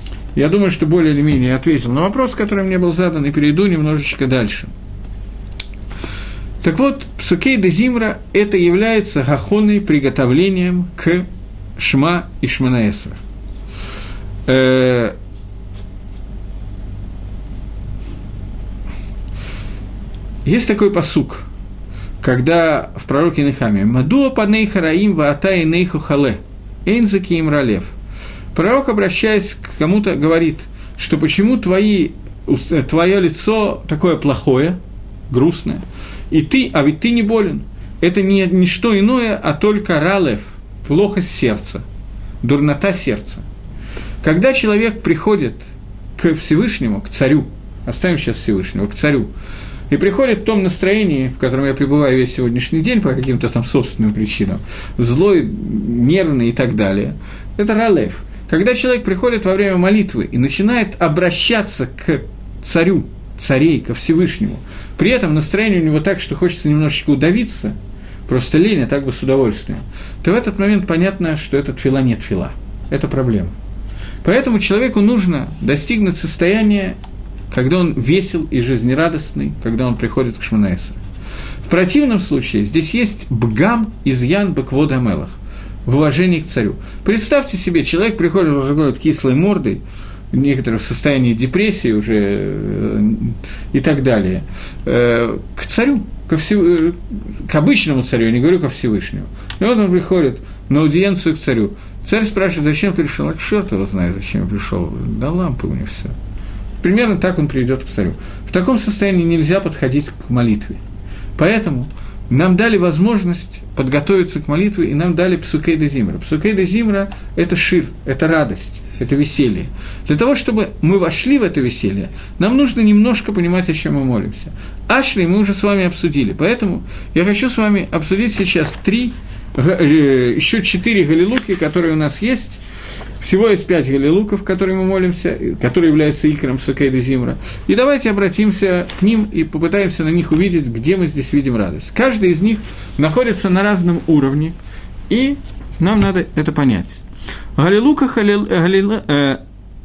Я думаю, что более или менее ответил на вопрос, который мне был задан, и перейду немножечко дальше. Так вот, Псукей де Зимра – это является гахоной приготовлением к Шма и Шмона Эсрей. Э- Есть такой пасук, когда в пророке Нехамии «Мадуа паней хараим ваата инейху хале, эйн заки им ралев». Пророк, обращаясь к кому-то, говорит, что почему твои, твое лицо такое плохое, грустное, и ты, а ведь ты не болен. Это не, не что иное, а только ралев, плохость сердца, дурнота сердца. Когда человек приходит к Всевышнему, к царю, оставим сейчас Всевышнего, к царю, и приходит в том настроении, в котором я пребываю весь сегодняшний день по каким-то там собственным причинам, злой, нервный и так далее, это ралев. Когда человек приходит во время молитвы и начинает обращаться к царю, царей, ко Всевышнему, при этом настроение у него так, что хочется немножечко удавиться, просто лень, а так бы с удовольствием, то в этот момент понятно, что это тфила не тфила, это проблема. Поэтому человеку нужно достигнуть состояния, когда он весел и жизнерадостный, когда он приходит к Шмона Эсрей. В противном случае здесь есть бгам изъян беквод амелах, в уважении к царю. Представьте себе, человек приходит уже такой кислой мордой, некоторые в состоянии депрессии уже и так далее, к царю, ко Всев... к обычному царю, я не говорю ко Всевышнему. И вот он приходит на аудиенцию к царю. Царь спрашивает, зачем пришел? А черт его знает, зачем я пришел. Да лампы у него все. Примерно так он придет к царю. В таком состоянии нельзя подходить к молитве. Поэтому нам дали возможность подготовиться к молитве, и нам дали псукей де зимра. Псукей де зимра – это шир, это радость, это веселье. Для того, чтобы мы вошли в это веселье, нам нужно немножко понимать, о чем мы молимся. Ашри мы уже с вами обсудили, поэтому я хочу с вами обсудить сейчас три, еще четыре галилуки, которые у нас есть. Всего есть пять галилуков, которые мы молимся, которые являются икром Псукей де Зимра. И давайте обратимся к ним и попытаемся на них увидеть, где мы здесь видим радость. Каждый из них находится на разном уровне, и нам надо это понять. Галилука, галил, галил, э,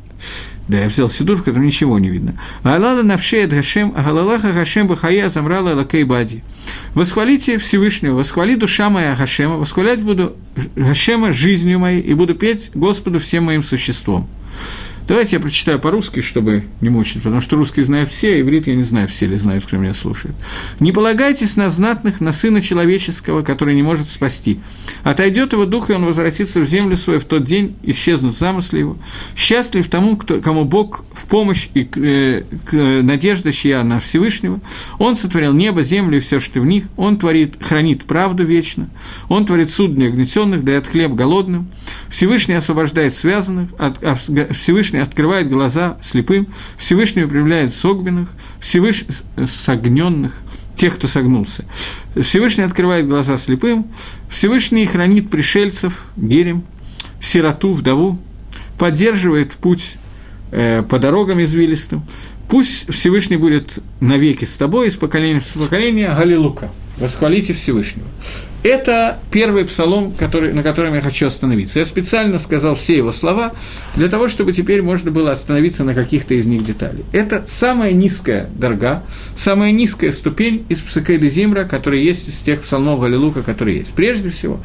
да, я взял сидур, в котором ничего не видно. Галала навшеет Гашем, агалалаха Гашем бахая замрала лакей бади. Восхвалите Всевышнего, восхвали душа моя Гашема, восхвалять буду Гашема жизнью моей, и буду петь Господу всем моим существом. Давайте я прочитаю по-русски, чтобы не мучить, потому что русский знают все, а иврит я не знаю, все ли знают, кто меня слушает. «Не полагайтесь на знатных, на Сына Человеческого, который не может спасти. Отойдет его дух, и он возвратится в землю свою в тот день, исчезнут замыслы его. Счастлив тому, кто, кому Бог в помощь и э, э, надежда чья на Всевышнего. Он сотворил небо, землю и все, что в них. Он творит, хранит правду вечно. Он творит суд для угнетенных, дает хлеб голодным. Всевышний освобождает связанных, от, от, Всевышний открывает глаза слепым, Всевышний выпрямляет согбенных, Всевышний согненных, тех, кто согнулся. Всевышний открывает глаза слепым, Всевышний хранит пришельцев, герем, сироту, вдову, поддерживает путь э, по дорогам извилистым. Пусть Всевышний будет навеки с тобой, из поколения в поколение, Галилука. Восхвалите Всевышнего. Это первый псалом, который, на котором я хочу остановиться. Я специально сказал все его слова, для того, чтобы теперь можно было остановиться на каких-то из них деталей. Это самая низкая дарга, самая низкая ступень из Псукей де Зимра, которая есть из тех псалмов Галилука, которые есть. Прежде всего,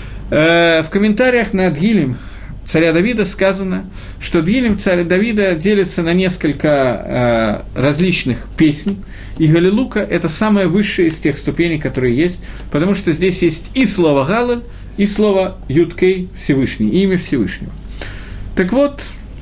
э, в комментариях на Дгилем царя Давида сказано, что Дгилем царя Давида делится на несколько э, различных песней, и Галилука – это самая высшая из тех ступеней, которые есть, потому что здесь есть и слово Галаль, и слово Юткей Всевышний, имя Всевышнего. Так вот,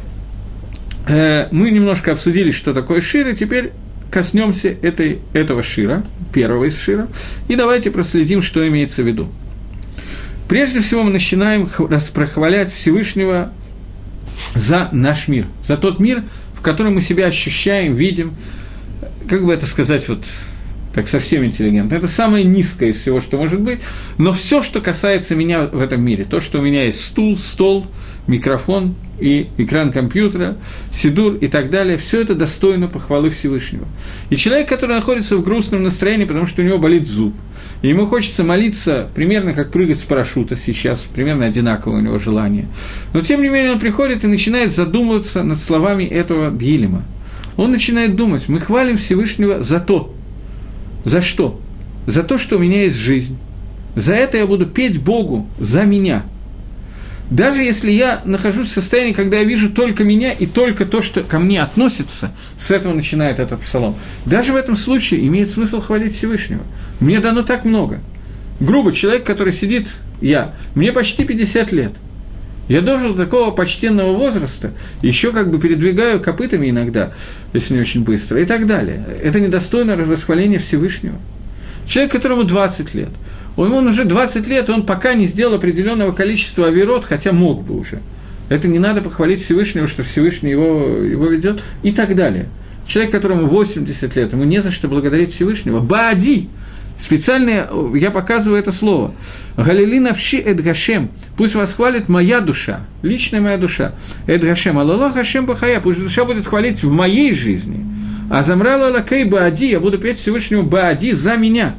э, мы немножко обсудили, что такое шир, и теперь коснемся этой, этого шира, первого из широв, и давайте проследим, что имеется в виду. Прежде всего мы начинаем прохвалять Всевышнего за наш мир, за тот мир, в котором мы себя ощущаем, видим, как бы это сказать, вот так совсем интеллигентно. Это самое низкое из всего, что может быть, но все, что касается меня в этом мире, то, что у меня есть стул, стол, микрофон и экран компьютера, сидур и так далее, все это достойно похвалы Всевышнего. И человек, который находится в грустном настроении, потому что у него болит зуб, и ему хочется молиться примерно как прыгать с парашюта сейчас, примерно одинаковое у него желание, но тем не менее он приходит и начинает задумываться над словами этого Дгилема. Он начинает думать, мы хвалим Всевышнего за то. За что? За то, что у меня есть жизнь. За это я буду петь Богу, за меня. Даже если я нахожусь в состоянии, когда я вижу только меня и только то, что ко мне относится, с этого начинает этот псалом. Даже в этом случае имеет смысл хвалить Всевышнего. Мне дано так много. Грубо, человек, который сидит, я, мне почти пятьдесят лет. Я дожил до такого почтенного возраста, еще как бы передвигаю копытами иногда, если не очень быстро, и так далее. Это недостойно восхваления Всевышнего. Человек, которому двадцать лет, он, он уже двадцать лет, он пока не сделал определенного количества авирот, хотя мог бы уже. Это не надо похвалить Всевышнего, что Всевышний его, его ведет, и так далее. Человек, которому восемьдесят лет, ему не за что благодарить Всевышнего. Баади! Специально я показываю это слово. Галили навши эд гашем. Пусть восхвалит моя душа, личная моя душа. Эд гашем. Аллах гашем бахая. Пусть душа будет хвалить в моей жизни. А замрала лакей баади. Я буду петь Всевышнему баади за меня.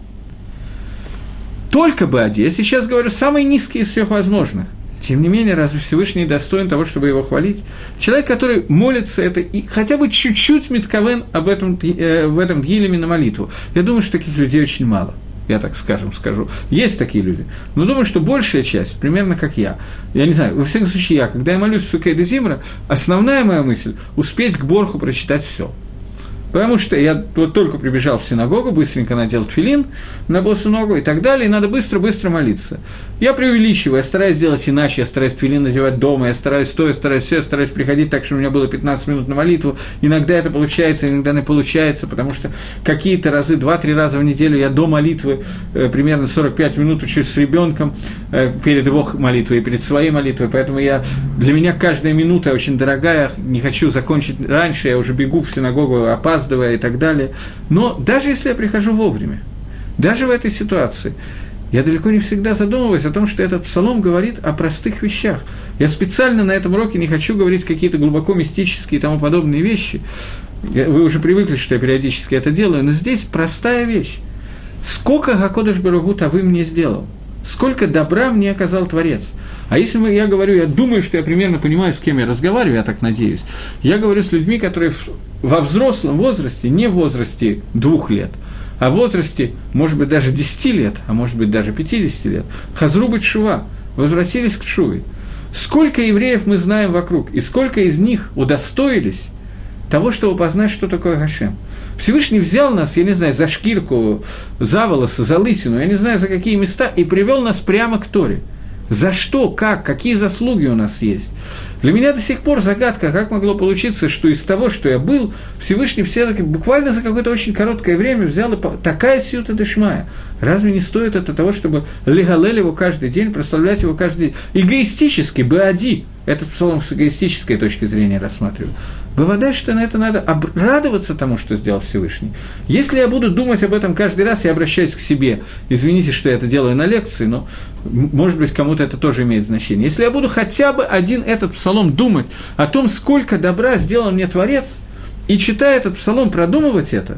Только баади. Я сейчас говорю самый низкий из всех возможных. Тем не менее, разве Всевышний достоин того, чтобы его хвалить? Человек, который молится, это и хотя бы чуть-чуть митковен об этом, э, в этом гилеме на молитву. Я думаю, что таких людей очень мало. Я так скажем, скажу. Есть такие люди. Но думаю, что большая часть, примерно как я. Я не знаю, во всяком случае, я, когда я молюсь в Сукей де Зимра, основная моя мысль – успеть к Борху прочитать все. Потому что я вот только прибежал в синагогу, быстренько надел тфилин на босу ногу и так далее, и надо быстро-быстро молиться. Я преувеличиваю, я стараюсь сделать иначе, я стараюсь тфилин надевать дома, я стараюсь то, я стараюсь все, я стараюсь приходить так, чтобы у меня было пятнадцать минут на молитву. Иногда это получается, иногда не получается, потому что какие-то разы, два-три раза в неделю я до молитвы э, примерно сорок пять минут учусь с ребенком э, перед его молитвой и перед своей молитвой, поэтому я, для меня каждая минута очень дорогая, не хочу закончить раньше, я уже бегу в синагогу, опаздываю, и так далее. Но даже если я прихожу вовремя, даже в этой ситуации, я далеко не всегда задумываюсь о том, что этот псалом говорит о простых вещах. Я специально на этом уроке не хочу говорить какие-то глубоко мистические и тому подобные вещи. Я, вы уже привыкли, что я периодически это делаю, но здесь простая вещь. Сколько Гакодеш Барух Ху Тавы мне сделал? Сколько добра мне оказал Творец? А если мы, я говорю, я думаю, что я примерно понимаю, с кем я разговариваю, я так надеюсь, я говорю с людьми, которые во взрослом возрасте, не в возрасте двух лет, а в возрасте, может быть, даже десяти лет, а может быть, даже пятидесяти лет, хазру бет-шува, возвратились к шуве. Сколько евреев мы знаем вокруг, и сколько из них удостоились того, чтобы познать, что такое Гашем. Всевышний взял нас, я не знаю, за шкирку, за волосы, за лысину, я не знаю, за какие места, и привел нас прямо к Торе. За что, как, какие заслуги у нас есть? Для меня до сих пор загадка, как могло получиться, что из того, что я был, Всевышний все-таки буквально за какое-то очень короткое время взял и по... такая сиюта дешмая. Разве не стоит это того, чтобы легалель его каждый день, прославлять его каждый день? Эгоистически, баади, этот псалом с эгоистической точки зрения рассматриваю. Бывает, что на это надо обрадоваться тому, что сделал Всевышний. Если я буду думать об этом каждый раз, я обращаюсь к себе. Извините, что я это делаю на лекции, но, может быть, кому-то это тоже имеет значение. Если я буду хотя бы один этот псалом думать о том, сколько добра сделал мне Творец, и читая этот псалом, продумывать это,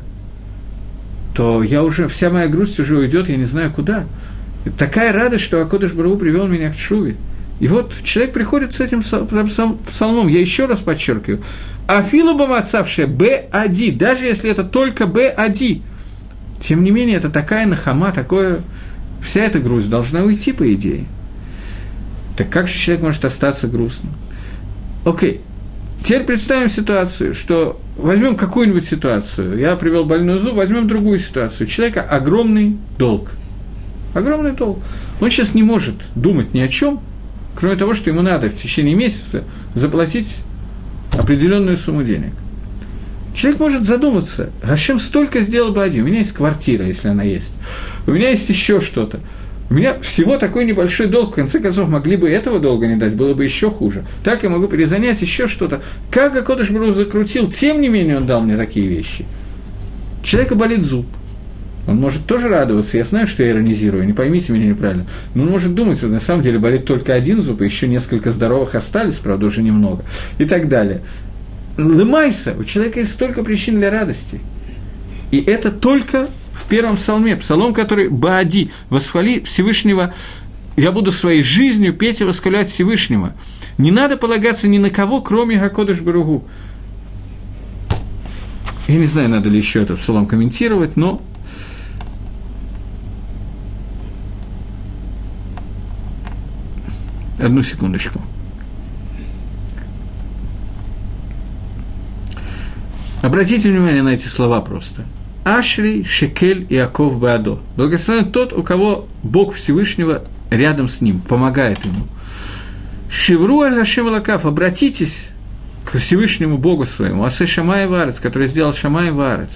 то я уже, вся моя грусть уже уйдет, я не знаю куда. Такая радость, что Акодеш Барух Ху привел меня к тшуве. И вот человек приходит с этим псалмом, я еще раз подчеркиваю, афилу бамацавшая б-ади, даже если это только б-ади, тем не менее, это такая нахама, такое, вся эта грусть должна уйти, по идее. Так как же человек может остаться грустным? Окей, теперь представим ситуацию, что возьмем какую-нибудь ситуацию, я привел больной зуб, возьмем другую ситуацию, у человека огромный долг, огромный долг, он сейчас не может думать ни о чем, кроме того, что ему надо в течение месяца заплатить определенную сумму денег. Человек может задуматься, Гашем столько сделал бы один, у меня есть квартира, если она есть, у меня есть еще что-то, у меня всего такой небольшой долг, в конце концов, могли бы этого долга не дать, было бы еще хуже. Так я могу перезанять еще что-то. Как Акодеш Барух Ху закрутил, тем не менее он дал мне такие вещи. У человека болит зуб. Он может тоже радоваться, я знаю, что я иронизирую, не поймите меня неправильно, но он может думать, что на самом деле болит только один зуб, и еще несколько здоровых остались, правда, уже немного, и так далее. Лымайся, у человека есть столько причин для радости. И это только в первом псалме, псалом, который «Баади», «Восхвали Всевышнего», я буду своей жизнью петь и восхвалять Всевышнего. Не надо полагаться ни на кого, кроме Акодеш Барух Ху. Я не знаю, надо ли еще этот псалом комментировать, но... Одну секундочку. Обратите внимание на эти слова просто. Ашри, Шекель и Аков Баадо. Благословен тот, у кого Бог Всевышнего рядом с ним, помогает ему. Шивру аль-Гашем Лакав, обратитесь к Всевышнему Богу своему, Асе Шамай Варец, который сделал Шамай Варец.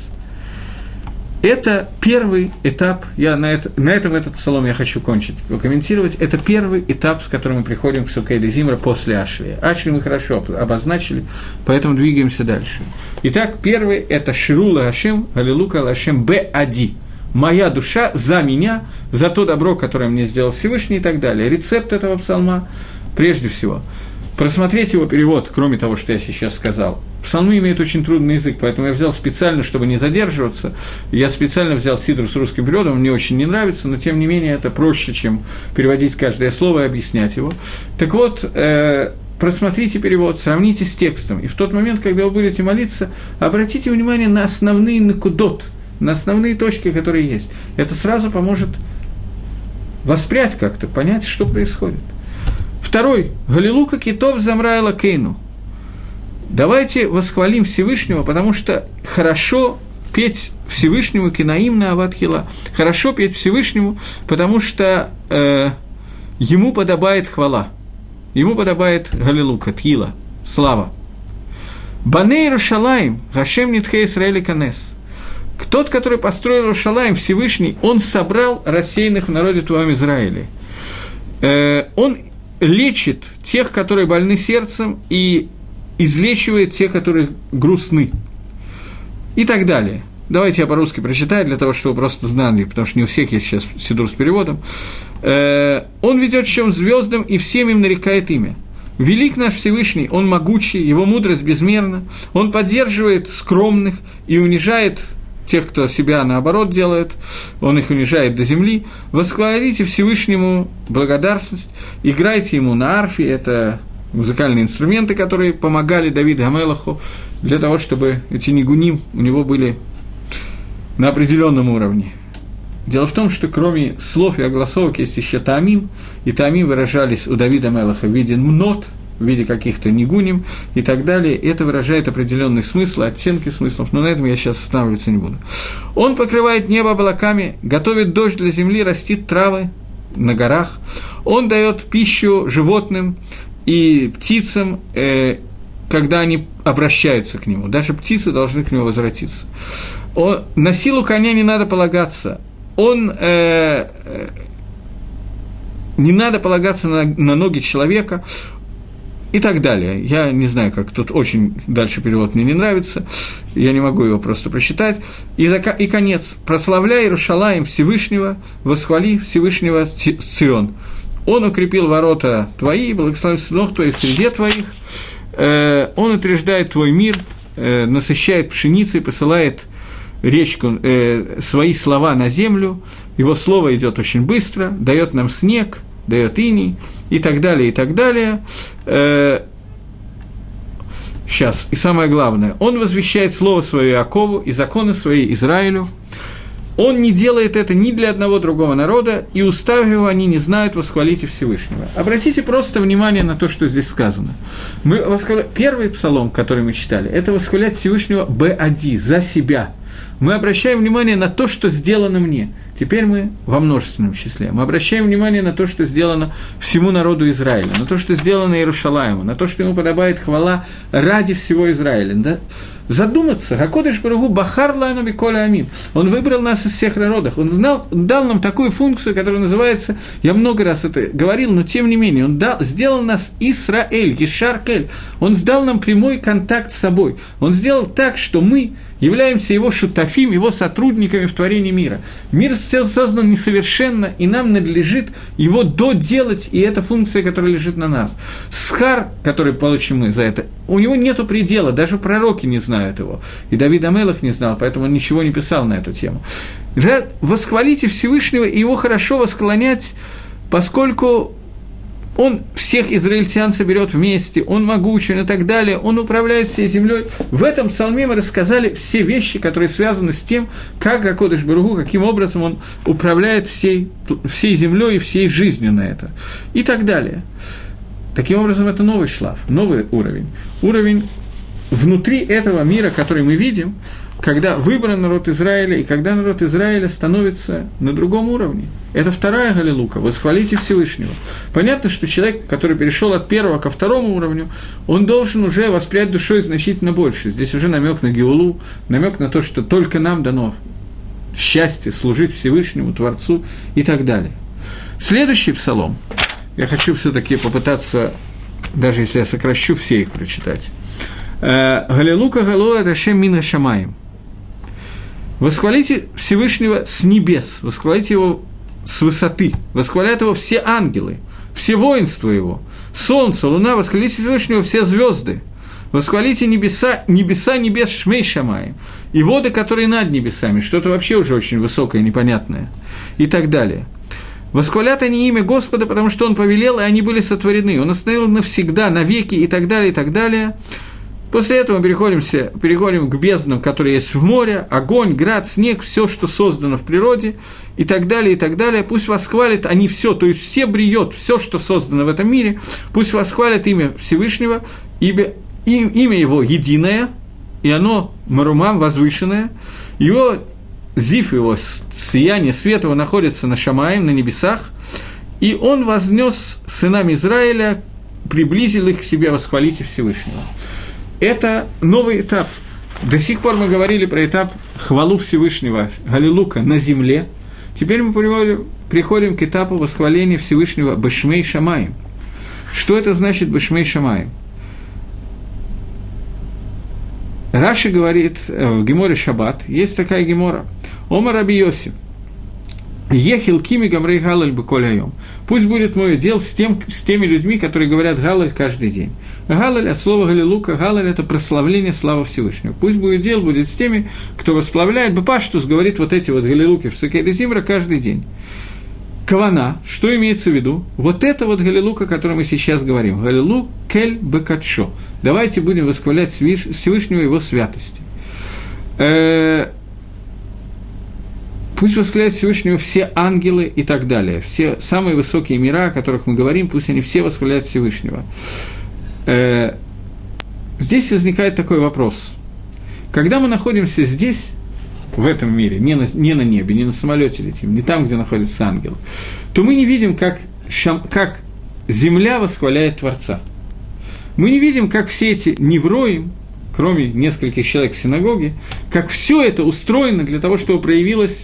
Это первый этап, я на, это, на этом этот псалом я хочу кончить, комментировать, это первый этап, с которым мы приходим к Сукей де Зимра после Ашри. Ашри мы хорошо обозначили, поэтому двигаемся дальше. Итак, первый – это Ширула Гашем, Галилука Лашем Б-Ади. Моя душа за меня, за то добро, которое мне сделал Всевышний и так далее. Рецепт этого псалма, прежде всего, просмотреть его перевод, кроме того, что я сейчас сказал. Псалмы имеют очень трудный язык, поэтому я взял специально, чтобы не задерживаться, я специально взял Сидру с русским переводом, он мне очень не нравится, но тем не менее это проще, чем переводить каждое слово и объяснять его. Так вот, э, просмотрите перевод, сравните с текстом, и в тот момент, когда вы будете молиться, обратите внимание на основные накудот, на основные точки, которые есть. Это сразу поможет воспрять как-то, понять, что происходит. Второй. Галилука китов замраила кейну. Давайте восхвалим Всевышнего, потому что хорошо петь Всевышнему кинаим на аватхила. Хорошо петь Всевышнему, потому что э, ему подобает хвала. Ему подобает галилука, тхила, слава. Баней Иерушалаим, Гашем нитхе Исраэль канес. Тот, который построил Иерушалаим, Всевышний, он собрал рассеянных в народе твоем Израиле. Э, он лечит тех, которые больны сердцем, и излечивает тех, которые грустны, и так далее. Давайте я по-русски прочитаю, для того, чтобы вы просто знали, потому что не у всех есть сейчас сидур с переводом. Э, «Он ведет чем звездам, и всем им нарекает имя. Велик наш Всевышний, Он могучий, Его мудрость безмерна, Он поддерживает скромных и унижает тех, кто себя наоборот делает, Он их унижает до земли. Восхвалите Всевышнему благодарность, играйте Ему на арфе», это музыкальные инструменты, которые помогали Давиду Гамелаху для того, чтобы эти нигуним у него были на определенном уровне. Дело в том, что кроме слов и огласовок есть еще таамим, и таамим выражались у Давида Гамелаха в виде мнот, в виде каких-то нигуним и так далее. Это выражает определенный смысл, оттенки смыслов, но на этом я сейчас останавливаться не буду. Он покрывает небо облаками, готовит дождь для земли, растит травы на горах. Он дает пищу животным и птицам, э, когда они обращаются к нему. Даже птицы должны к нему возвратиться. Он, на силу коня не надо полагаться. Он, э, э, не надо полагаться на, на ноги человека и так далее. Я не знаю, как тут очень дальше перевод мне не нравится, я не могу его просто прочитать. И, зака, и конец. «Прославляй Иерушалаим Всевышнего, восхвали Всевышнего Цион. Он укрепил ворота твои, благословен сынов твоих в среде твоих, э, он утверждает твой мир, э, насыщает пшеницей, посылает речку, э, свои слова на землю, его слово идет очень быстро, дает нам снег, дает иней, и так далее, и так далее. Э, сейчас, и самое главное, он возвещает слово свое Иакову и законы свои Израилю. Он не делает это ни для одного другого народа, и устав его они не знают, восхвалите Всевышнего. Обратите просто внимание на то, что здесь сказано. Мы восхваля... Первый псалом, который мы читали, это восхвалять Всевышнего б-ади, за себя. Мы обращаем внимание на то, что сделано мне. Теперь мы во множественном числе. Мы обращаем внимание на то, что сделано всему народу Израиля, на то, что сделано Иерушалаиму, на то, что ему подобает хвала ради всего Израиля. Да? Задуматься, Гакодеш Баругу Бахар Лану Биколя Амим. Он выбрал нас из всех народов. Он знал, дал нам такую функцию, которая называется, я много раз это говорил, но тем не менее, он дал, сделал нас Исраэль, Ешар Кель. Он дал нам прямой контакт с собой. Он сделал так, что мы являемся его шутафим, его сотрудниками в творении мира. Мир создан несовершенно, и нам надлежит его доделать, и это функция, которая лежит на нас. Схар, который получим мы за это, у него нету предела, даже пророки не знают его, и Давид Амелах не знал, поэтому он ничего не писал на эту тему. Восхвалите Всевышнего, и его хорошо восклонять, поскольку он всех израильтян соберет вместе, он могучий и так далее, он управляет всей землей. В этом псалме мы рассказали все вещи, которые связаны с тем, как Гакодеш Баругу, каким образом он управляет всей, всей землей и всей жизнью на это, и так далее. Таким образом, это новый шлаф, новый уровень. Уровень внутри этого мира, который мы видим, когда выбран народ Израиля, и когда народ Израиля становится на другом уровне. Это вторая галилука, восхвалите Всевышнего. Понятно, что человек, который перешел от первого ко второму уровню, он должен уже воспрять душой значительно больше. Здесь уже намек на Геулу, намек на то, что только нам дано счастье служить Всевышнему, Творцу и так далее. Следующий псалом, я хочу все-таки попытаться, даже если я сокращу, все их прочитать. Галилука галуа дашем мин шамаим. Восхвалите Всевышнего с небес, восхвалите его с высоты, восхвалят его все ангелы, все воинства его, солнце, луна, восхвалите Всевышнего все звезды, восхвалите небеса, небеса небес шмей шамаим, и воды, которые над небесами, что-то вообще уже очень высокое, непонятное, и так далее. Восхвалят они имя Господа, потому что Он повелел, и они были сотворены, Он остановил навсегда, навеки, и так далее, и так далее. После этого мы переходимся, переходим к безднам, которые есть в море, огонь, град, снег, все, что создано в природе, и так далее, и так далее. Пусть восхвалят они все, то есть все бриет, все, что создано в этом мире, пусть восхвалят имя Всевышнего, имя, имя Его единое, и оно марумам, возвышенное, его зив, его сияние, свет его находится на Шамаим, на небесах, и он вознес сынам Израиля, приблизил их к себе, восхвалите Всевышнего. Это новый этап. До сих пор мы говорили про этап хвалу Всевышнего, галилука, на земле. Теперь мы приходим, приходим к этапу восхваления Всевышнего бешмей шамаим. Что это значит бешмей шамаим? Раши говорит в Геморе Шаббат, есть такая гемора, Омар Раби Йоси, Ехил кими гамрей галаль беколь айом. Пусть будет мой дел с, тем, с теми людьми, которые говорят галаль каждый день. Галаль от слова галилука, галаль – это прославление славы Всевышнего. Пусть будет дел будет с теми, кто восславляет, бепаштус говорит вот эти вот галилуки в Сукей Зимра каждый день. Кавана, что имеется в виду? Вот это вот галилука, о котором мы сейчас говорим. Галилу кель бекатшо. Давайте будем восхвалять Всевышнего его святости. Пусть восхваляют Всевышнего все ангелы и так далее. Все самые высокие мира, о которых мы говорим, пусть они все восхваляют Всевышнего. Э, здесь возникает такой вопрос. Когда мы находимся здесь, в этом мире, не на, не на небе, не на самолете летим, не там, где находится ангел, то мы не видим, как, шам, как земля восхваляет Творца. Мы не видим, как все эти невроим, кроме нескольких человек в синагоге, как все это устроено для того, чтобы проявилась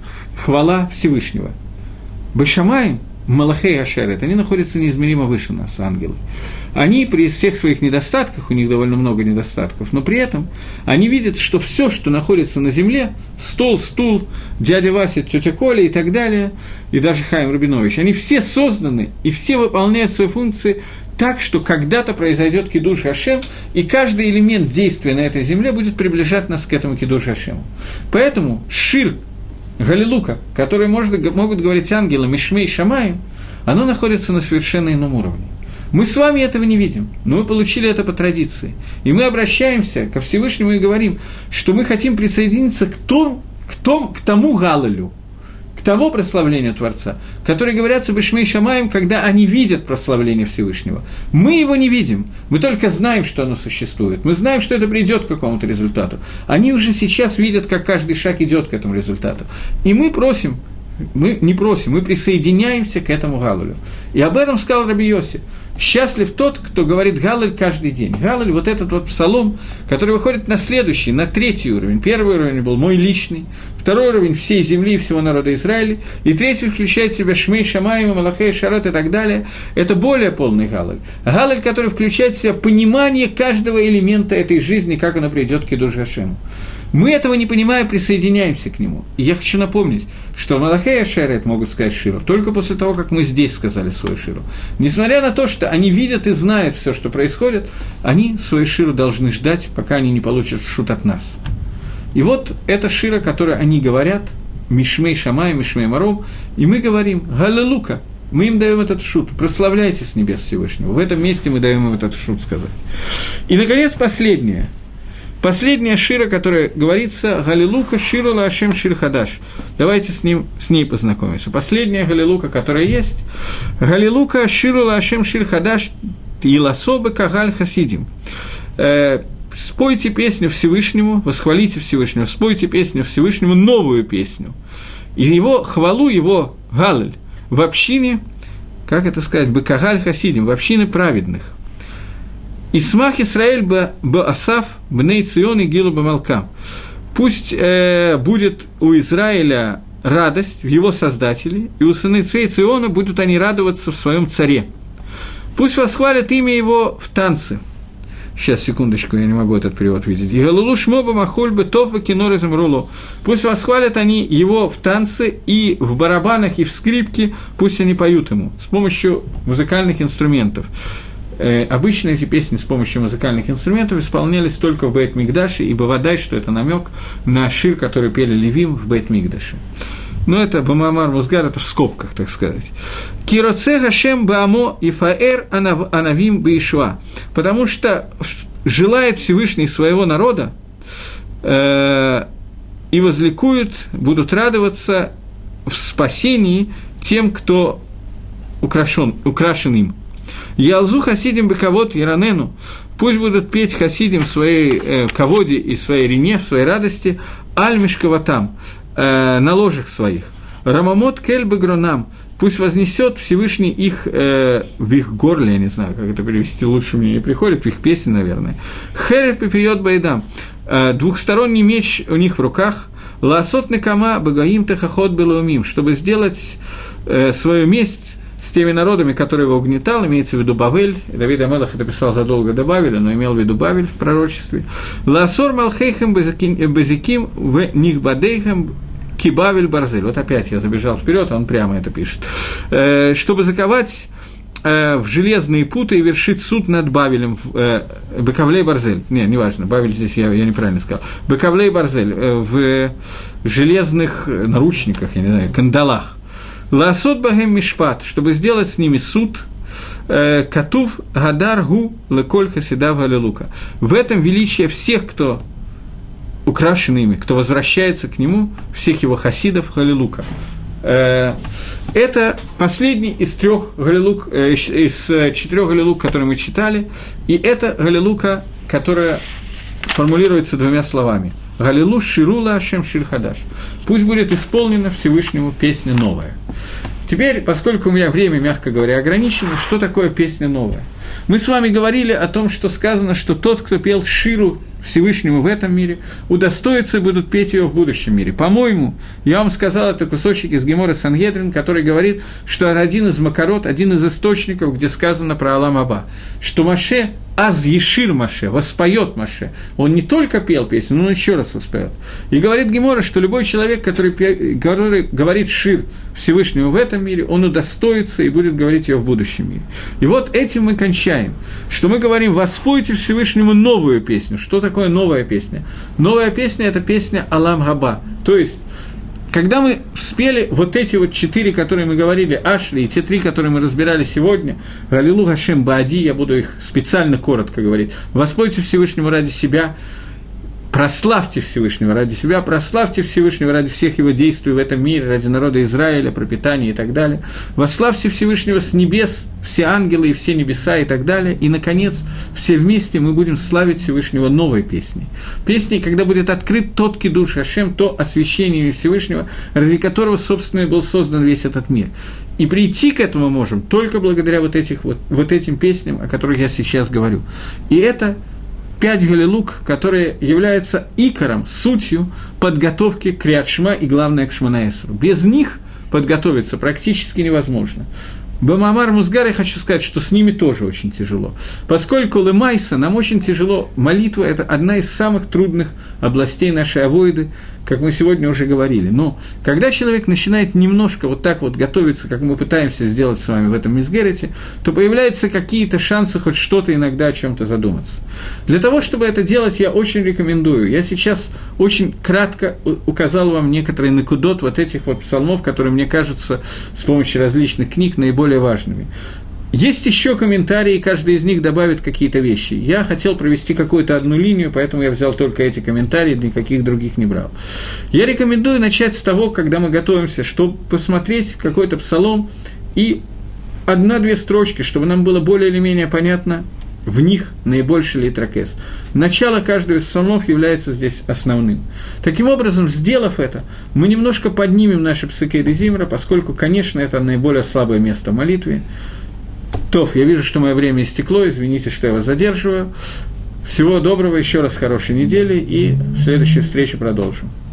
хвала Всевышнего. Бешамаим, Малахей Ашерет, они находятся неизмеримо выше нас, ангелы. Они при всех своих недостатках, у них довольно много недостатков, но при этом они видят, что все, что находится на земле, стол, стул, дядя Вася, тетя Коля и так далее, и даже Хаим Рубинович, они все созданы и все выполняют свои функции так, что когда-то произойдет кидуш Хашем, и каждый элемент действия на этой земле будет приближать нас к этому кидуш Хашему. Поэтому шир, галилука, которые может, могут говорить ангелы, мишмей шамаим, оно находится на совершенно ином уровне. Мы с вами этого не видим, но мы получили это по традиции. И мы обращаемся ко Всевышнему и говорим, что мы хотим присоединиться к, том, к, том, к тому галалю, к тому прославлению Творца, которые говорятся бешмей шамаим, когда они видят прославление Всевышнего. Мы его не видим, мы только знаем, что оно существует, мы знаем, что это придет к какому-то результату. Они уже сейчас видят, как каждый шаг идет к этому результату. И мы просим, мы не просим, мы присоединяемся к этому галалю. И об этом сказал Раби Йоси. Счастлив тот, кто говорит галаль каждый день. Галаль, вот этот вот псалом, который выходит на следующий, на третий уровень. Первый уровень был мой личный, второй уровень всей земли и всего народа Израиля, и третий включает в себя Шмей, Шамаим, Малахей, Шарот и так далее. Это более полный галаль. Галаль, который включает в себя понимание каждого элемента этой жизни, как оно придет к кидуш Хашему. Мы этого не понимая, присоединяемся к нему. И я хочу напомнить, что Малахей и Шерет могут сказать ширу только после того, как мы здесь сказали свою ширу. Несмотря на то, что они видят и знают все, что происходит, они свою ширу должны ждать, пока они не получат шут от нас. И вот эта шира, которую они говорят, Мишмей Шамай, Мишмей Маром, и мы говорим «Галилука». Мы им даем этот шут, прославляйте с небес Всевышнего. В этом месте мы даем им этот шут сказать. И, наконец, последнее. Последняя шира, которая говорится, Галилука ширу лашем шир хадаш. Давайте с, ним, с ней познакомимся. Последняя Галилука, которая есть, Галилука ширу лашем шир хадаш, иласобы кагаль хасидим. спойте песню Всевышнему, восхвалите Всевышнего, спойте песню Всевышнему, новую песню. И его хвалу, его галель в общине, как это сказать, бекагаль хасидим, в общине праведных. Исмах Исраэль баасав бней Цион и гилу бамалкам. Пусть э, будет у Израиля радость в его Создателе, и у сыны Циона будут они радоваться в своем царе. Пусть восхвалят имя его в танце. Сейчас, секундочку, я не могу этот перевод видеть. И галулу шмоба махульбы тофа кинорезом руло. Пусть восхвалят они его в танце и в барабанах, и в скрипке, пусть они поют ему с помощью музыкальных инструментов. Э, обычно эти песни с помощью музыкальных инструментов исполнялись только в Бейт-Микдаше, и бывает, что это намек на шир, который пели Левим в Бейт-Микдаше. Но это Бамамар Музгар, это в скобках, так сказать. «Кироце Гашем баамо и фаэр анавим баишва», потому что желает Всевышний своего народа э, и возликуют, будут радоваться в спасении тем, кто украшен, украшен им. «Ялзу хасидим бекавод яранену», пусть будут петь хасидим в своей э, каводе и своей рене, в своей радости, аль-мишкаватам, на ложах своих. Рамамот кельбы гронам, пусть вознесет Всевышний их э, в их горле, я не знаю, как это перевести, лучше мне не приходит, в их песни, наверное. Херев пипиот байдам, э, двухсторонний меч у них в руках. Лаасот некама багаим техахот белаумим, чтобы сделать э, свою месть с теми народами, которые его угнетал, имеется в виду Бавель, Давид Амелах это писал задолго до Бавеля, но имел в виду Бавель в пророчестве. «Лаасор малхейхем безиким в нихбадейхем кибавель барзель». Вот опять я забежал вперед, он прямо это пишет. «Чтобы заковать в железные путы и вершить суд над Бавелем, Бекавлей барзель». Не, неважно, Бавель здесь я, я неправильно сказал. Бекавлей барзель, в железных наручниках, я не знаю, кандалах. «Лаасот багем мишпат», чтобы сделать с ними суд, «катув гадар гу леколь хасидав галилука». В этом величие всех, кто украшен ими, кто возвращается к нему, всех его хасидов галилука. Это последний из трех галилук, из четырех галилук, которые мы читали, и это галилука, которая формулируется двумя словами. «Галилу ширула ашем шир хадаш». Пусть будет исполнена Всевышнему песня новая. Теперь, поскольку у меня время, мягко говоря, ограничено, что такое песня новая? Мы с вами говорили о том, что сказано, что тот, кто пел ширу Всевышнему в этом мире, удостоится и будут петь ее в будущем мире. По-моему, я вам сказал, это кусочек из Гемора Сангедрин, который говорит, что это один из макарот, один из источников, где сказано про Алам Аба, что Моше, аз ешир Моше, воспоет Моше. Он не только пел песню, но он еще раз воспоет. И говорит Гемора, что любой человек, который, который говорит шир Всевышнему в этом мире, он удостоится и будет говорить ее в будущем мире. И вот этим мы кончаем, что мы говорим, воспойте Всевышнему новую песню. Что такое новая песня? Новая песня – это песня Алам Габа. То есть, когда мы спели вот эти вот четыре, которые мы говорили, Ашли, и те три, которые мы разбирали сегодня, Галилу Гашем Баади, я буду их специально коротко говорить, воспойте Всевышнему ради себя, прославьте Всевышнего ради себя, прославьте Всевышнего ради всех его действий в этом мире, ради народа Израиля, пропитания и так далее. Восславьте Всевышнего с небес, все ангелы и все небеса и так далее. И, наконец, все вместе мы будем славить Всевышнего новой песней. Песней, когда будет открыт тот кидуш Ашем, то освящение Всевышнего, ради которого, собственно, и был создан весь этот мир. И прийти к этому можем только благодаря вот, этих, вот, вот этим песням, о которых я сейчас говорю. И это пять галилук, которые являются икором, сутью подготовки к Криат Шма и, главное, к Шмона Эсру. Без них подготовиться практически невозможно. Бамамар Музгар, я хочу сказать, что с ними тоже очень тяжело. Поскольку лемайса, нам очень тяжело, молитва – это одна из самых трудных областей нашей авойды, как мы сегодня уже говорили. Но когда человек начинает немножко вот так вот готовиться, как мы пытаемся сделать с вами в этом мизгерете, то появляются какие-то шансы хоть что-то иногда о чем-то задуматься. Для того, чтобы это делать, я очень рекомендую. Я сейчас очень кратко указал вам некоторые накудот вот этих вот псалмов, которые мне кажутся с помощью различных книг наиболее важными. Есть еще комментарии, каждый из них добавит какие-то вещи. Я хотел провести какую-то одну линию, поэтому я взял только эти комментарии, никаких других не брал. Я рекомендую начать с того, когда мы готовимся, чтобы посмотреть какой-то псалом и одна-две строчки, чтобы нам было более или менее понятно, в них наибольший литракес. Начало каждого из псалмов является здесь основным. Таким образом, сделав это, мы немножко поднимем наши псыкей дезимра, поскольку, конечно, это наиболее слабое место в молитве. Тоф, я вижу, что мое время истекло, извините, что я вас задерживаю. Всего доброго, еще раз хорошей недели, и в следующей встрече продолжим.